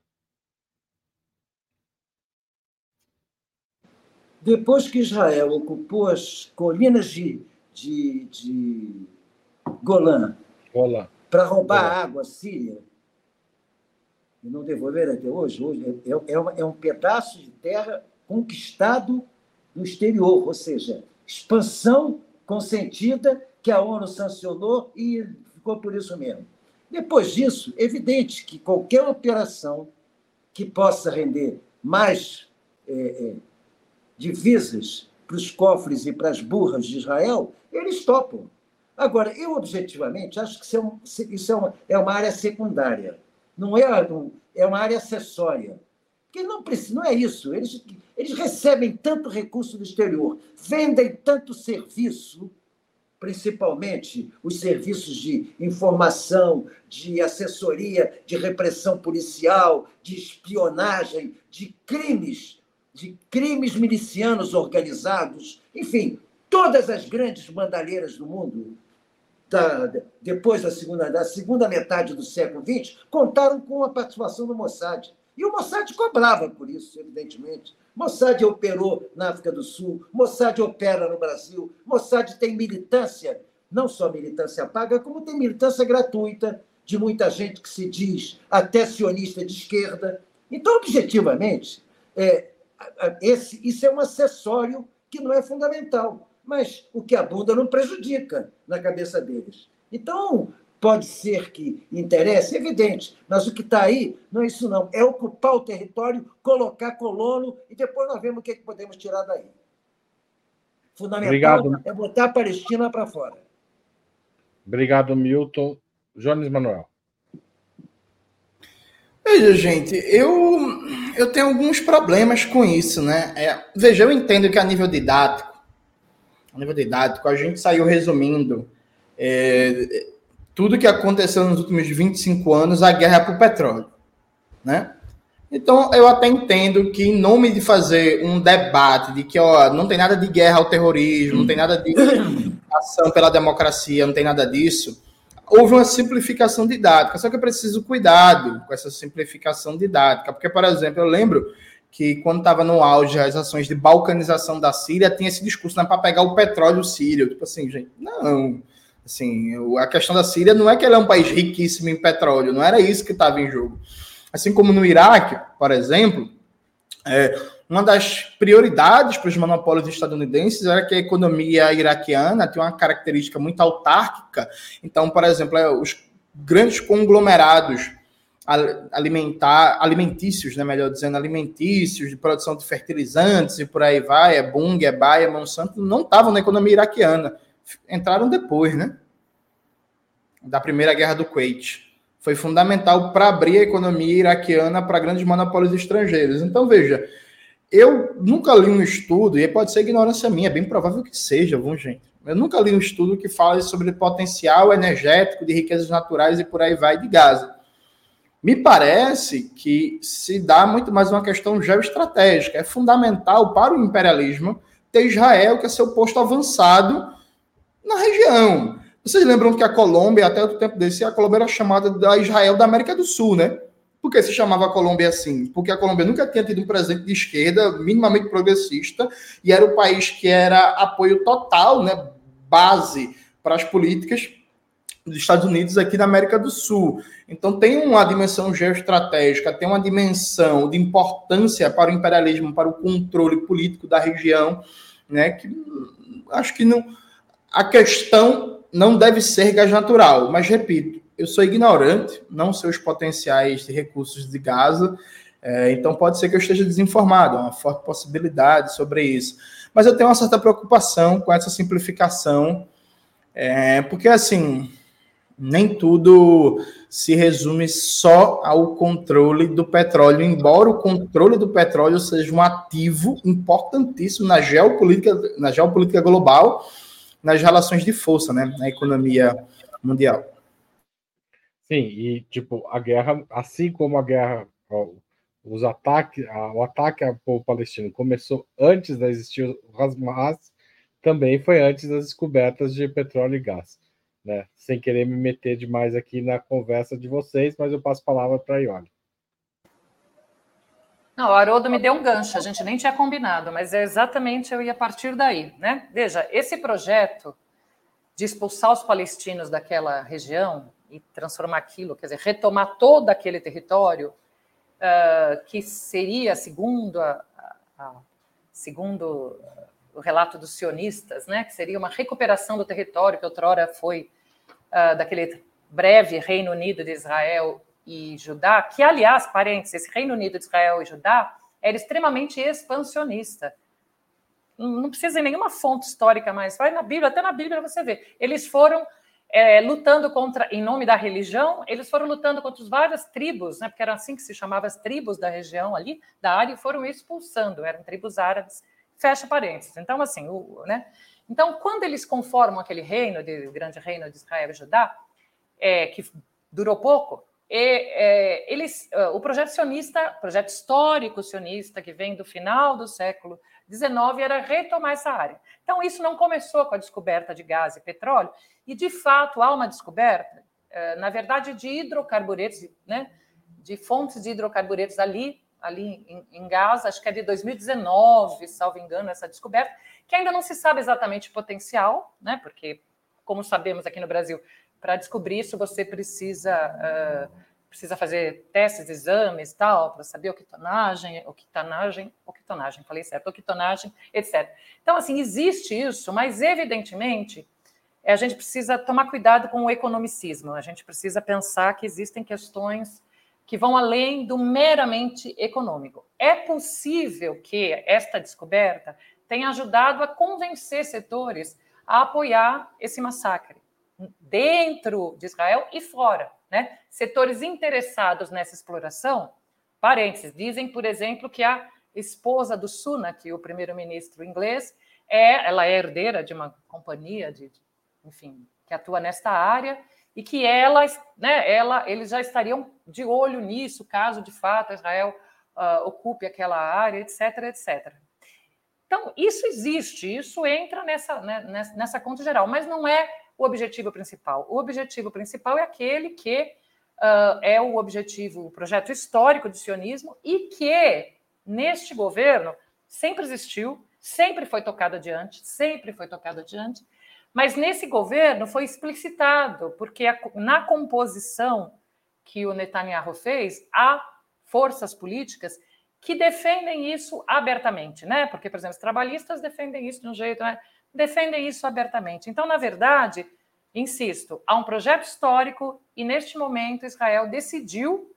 Depois que Israel ocupou as colinas de, de, de Golã, Golã. para roubar a água síria e não devolver até hoje, hoje é, é, uma, é um pedaço de terra conquistado no exterior, ou seja, expansão consentida que a ONU sancionou e ficou por isso mesmo. Depois disso, é evidente que qualquer operação que possa render mais é, é, divisas para os cofres e para as burras de Israel, eles topam. Agora, eu, objetivamente, acho que isso é, um, isso é, uma, é uma área secundária, não é, é uma área acessória. Porque não, precisa, não é isso. Eles, eles recebem tanto recurso do exterior, vendem tanto serviço, principalmente os serviços de informação, de assessoria, de repressão policial, de espionagem, de crimes, de crimes milicianos organizados, enfim, todas as grandes bandalheiras do mundo, da, depois da segunda, da segunda metade do século vinte, contaram com a participação do Mossad. E o Mossad cobrava por isso, evidentemente. Mossad operou na África do Sul, Mossad opera no Brasil, Mossad tem militância, não só militância paga, como tem militância gratuita de muita gente que se diz até sionista de esquerda. Então, objetivamente, é, esse, isso é um acessório que não é fundamental, mas o que abunda não prejudica na cabeça deles. Então, pode ser que interesse, é evidente, mas o que está aí não é isso, não. É ocupar o território, colocar colono e depois nós vemos o que, é que podemos tirar daí. Fundamental Obrigado. É botar a Palestina para fora. Obrigado, Milton. Jones Manuel. Veja, gente, eu, eu tenho alguns problemas com isso, né? É, veja, eu entendo que a nível didático, a nível didático, a gente saiu resumindo é, tudo que aconteceu nos últimos vinte e cinco anos, a guerra por petróleo, né? Então, eu até entendo que, em nome de fazer um debate de que ó, não tem nada de guerra ao terrorismo, não tem nada de ação pela democracia, não tem nada disso, houve uma simplificação didática. Só que é preciso cuidado com essa simplificação didática, porque, por exemplo, eu lembro que quando estava no auge as ações de balcanização da Síria, tinha esse discurso, não é para pegar o petróleo sírio. Tipo assim, gente, não... Assim, a questão da Síria não é que ela é um país riquíssimo em petróleo, não era isso que estava em jogo. Assim como no Iraque, por exemplo, é, uma das prioridades para os monopólios estadunidenses era que a economia iraquiana tem uma característica muito autárquica. Então, por exemplo, é, os grandes conglomerados alimentar, alimentícios, né, melhor dizendo, alimentícios, de produção de fertilizantes e por aí vai, é Bunge, é Bayer, Monsanto, não estavam na economia iraquiana. Entraram depois, né? Da Primeira Guerra do Kuwait. Foi fundamental para abrir a economia iraquiana para grandes monopólios estrangeiros. Então, veja, eu nunca li um estudo, e pode ser ignorância minha, é bem provável que seja, viu, gente? Eu nunca li um estudo que fale sobre potencial energético de riquezas naturais e por aí vai de Gaza. Me parece que se dá muito mais uma questão geoestratégica. É fundamental para o imperialismo ter Israel, que é seu posto avançado na região. Vocês lembram que a Colômbia, até outro tempo desse, a Colômbia era chamada da Israel da América do Sul, né? Por que se chamava a Colômbia assim? Porque a Colômbia nunca tinha tido um presidente de esquerda minimamente progressista e era o país que era apoio total, né, base para as políticas dos Estados Unidos aqui na América do Sul. Então tem uma dimensão geoestratégica, tem uma dimensão de importância para o imperialismo, para o controle político da região, né, que acho que não... A questão não deve ser gás natural, mas, repito, eu sou ignorante, não sei os potenciais de recursos de Gaza, é, então pode ser que eu esteja desinformado, há uma forte possibilidade sobre isso. Mas eu tenho uma certa preocupação com essa simplificação, é, porque, assim, nem tudo se resume só ao controle do petróleo, embora o controle do petróleo seja um ativo importantíssimo na geopolítica, na geopolítica global, nas relações de força, né, na economia mundial. Sim, e tipo, a guerra, assim como a guerra, os ataques, o ataque ao povo palestino começou antes de existir o Hamas, também foi antes das descobertas de petróleo e gás, né? Sem querer me meter demais aqui na conversa de vocês, mas eu passo a palavra para a Ioli. Não, o Haroldo me deu um gancho, a gente nem tinha combinado, mas é exatamente, eu ia partir daí, né? Veja, esse projeto de expulsar os palestinos daquela região e transformar aquilo, quer dizer, retomar todo aquele território, uh, que seria, segundo, a, a, a, segundo o relato dos sionistas, né, que seria uma recuperação do território que outrora foi uh, daquele breve Reino Unido de Israel e Judá, que, aliás, parênteses, esse Reino Unido de Israel e Judá era extremamente expansionista. Não precisa de nenhuma fonte histórica mais, vai na Bíblia, até na Bíblia você vê. Eles foram é, lutando contra, em nome da religião, eles foram lutando contra as várias tribos, né, porque eram assim que se chamavam as tribos da região ali, da área, e foram expulsando, eram tribos árabes, fecha parênteses. Então, assim, o, né? Então, quando eles conformam aquele reino, de, o grande reino de Israel e Judá, é, que durou pouco, e, é, eles, o projeto sionista, projeto histórico sionista, que vem do final do século dezenove, era retomar essa área. Então, isso não começou com a descoberta de gás e petróleo, e, de fato, há uma descoberta, na verdade, de hidrocarburetos, né, de fontes de hidrocarburetos ali, ali em, em Gaza, acho que é de dois mil e dezenove, salvo engano, essa descoberta, que ainda não se sabe exatamente o potencial, né, porque, como sabemos aqui no Brasil, para descobrir isso você precisa... Uh, precisa fazer testes, exames e tal, para saber octanagem, octanagem, octanagem, falei certo, octanagem, etcétera. Então, assim, existe isso, mas, evidentemente, a gente precisa tomar cuidado com o economicismo, a gente precisa pensar que existem questões que vão além do meramente econômico. É possível que esta descoberta tenha ajudado a convencer setores a apoiar esse massacre, dentro de Israel e fora. Né? Setores interessados nessa exploração, parênteses, dizem, por exemplo, que a esposa do Sunak, o primeiro-ministro inglês, é, ela é herdeira de uma companhia, de, enfim, que atua nesta área, e que ela, né, ela, eles já estariam de olho nisso, caso de fato Israel uh, ocupe aquela área, etc, etcétera. Então, isso existe, isso entra nessa, né, nessa conta geral, mas não é o objetivo principal. O objetivo principal é aquele que uh, é o objetivo, o projeto histórico do sionismo e que, neste governo, sempre existiu, sempre foi tocado adiante, sempre foi tocado adiante, mas nesse governo foi explicitado, porque a, na composição que o Netanyahu fez, há forças políticas que defendem isso abertamente, né? Porque, por exemplo, os trabalhistas defendem isso de um jeito, né? Defendem isso abertamente. Então, na verdade, insisto, há um projeto histórico e, neste momento, Israel decidiu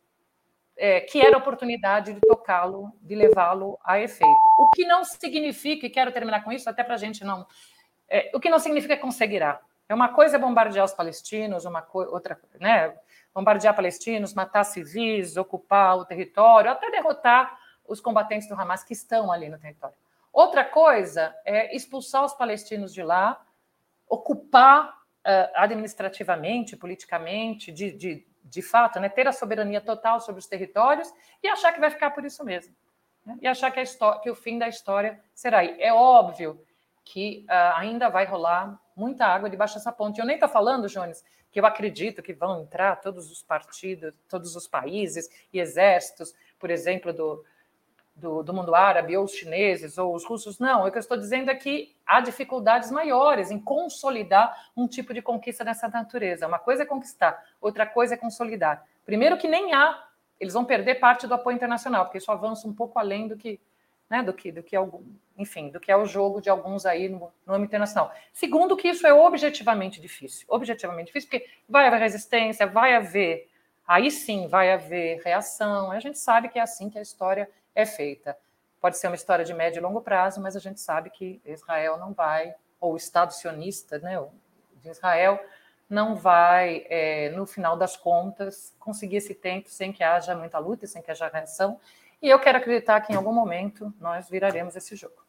é, que era a oportunidade de tocá-lo, de levá-lo a efeito. O que não significa, e quero terminar com isso, até para a gente não... É, o que não significa que conseguirá. É uma coisa conseguirá. Os palestinos, uma co... outra, né? Bombardear palestinos, matar civis, ocupar o território, até derrotar os combatentes do Hamas que estão ali no território. Outra coisa é expulsar os palestinos de lá, ocupar uh, administrativamente, politicamente, de, de, de fato, né, ter a soberania total sobre os territórios e achar que vai ficar por isso mesmo. Né? E achar que, a história, que o fim da história será aí. É óbvio que uh, ainda vai rolar muita água debaixo dessa ponte. Eu nem estou falando, Jones, que eu acredito que vão entrar todos os partidos, todos os países e exércitos, por exemplo, do, do, do mundo árabe, ou os chineses, ou os russos. Não, o que eu estou dizendo é que há dificuldades maiores em consolidar um tipo de conquista dessa natureza. Uma coisa é conquistar, outra coisa é consolidar. Primeiro que nem há, eles vão perder parte do apoio internacional, porque isso avança um pouco além do que... Né, do que, do que, algum, enfim, do que é o jogo de alguns aí no, no âmbito internacional. Segundo, que isso é objetivamente difícil. Objetivamente difícil, porque vai haver resistência, vai haver, aí sim vai haver reação. A gente sabe que é assim que a história é feita. Pode ser uma história de médio e longo prazo, mas a gente sabe que Israel não vai, ou o Estado sionista, né, de Israel, não vai, é, no final das contas, conseguir esse tempo sem que haja muita luta, sem que haja reação. E eu quero acreditar que em algum momento nós viraremos esse jogo.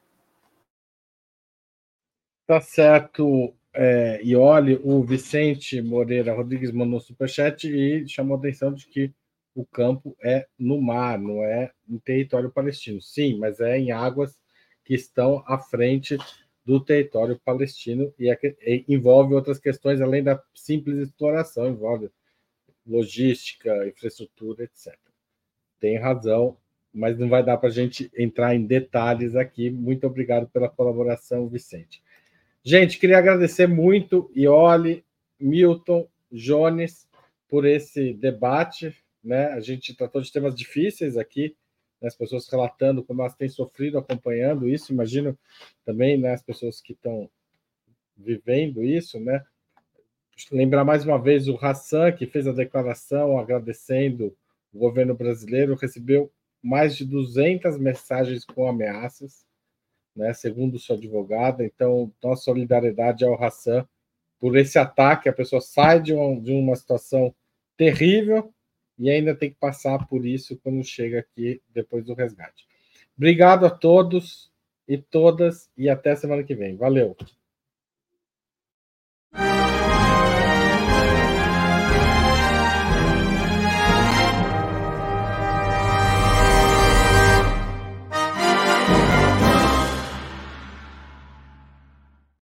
Tá certo, é, e olhe, o Vicente Moreira Rodrigues mandou superchat e chamou a atenção de que o campo é no mar, não é em território palestino. Sim, mas é em águas que estão à frente do território palestino e, é, e envolve outras questões além da simples exploração, envolve logística, infraestrutura, etcétera. Tem razão, mas não vai dar para a gente entrar em detalhes aqui. Muito obrigado pela colaboração, Vicente. Gente, queria agradecer muito, Iole, Milton, Jones, por esse debate. Né? A gente tratou de temas difíceis aqui, né? As pessoas relatando como elas têm sofrido acompanhando isso. Imagino também, né, as pessoas que estão vivendo isso, né? Lembrar mais uma vez o Hassan, que fez a declaração agradecendo o governo brasileiro, recebeu mais de duzentas mensagens com ameaças, né, segundo sua advogada. Então, nossa solidariedade ao Hassan por esse ataque. A pessoa sai de uma, de uma situação terrível e ainda tem que passar por isso quando chega aqui depois do resgate. Obrigado a todos e todas e até semana que vem. Valeu!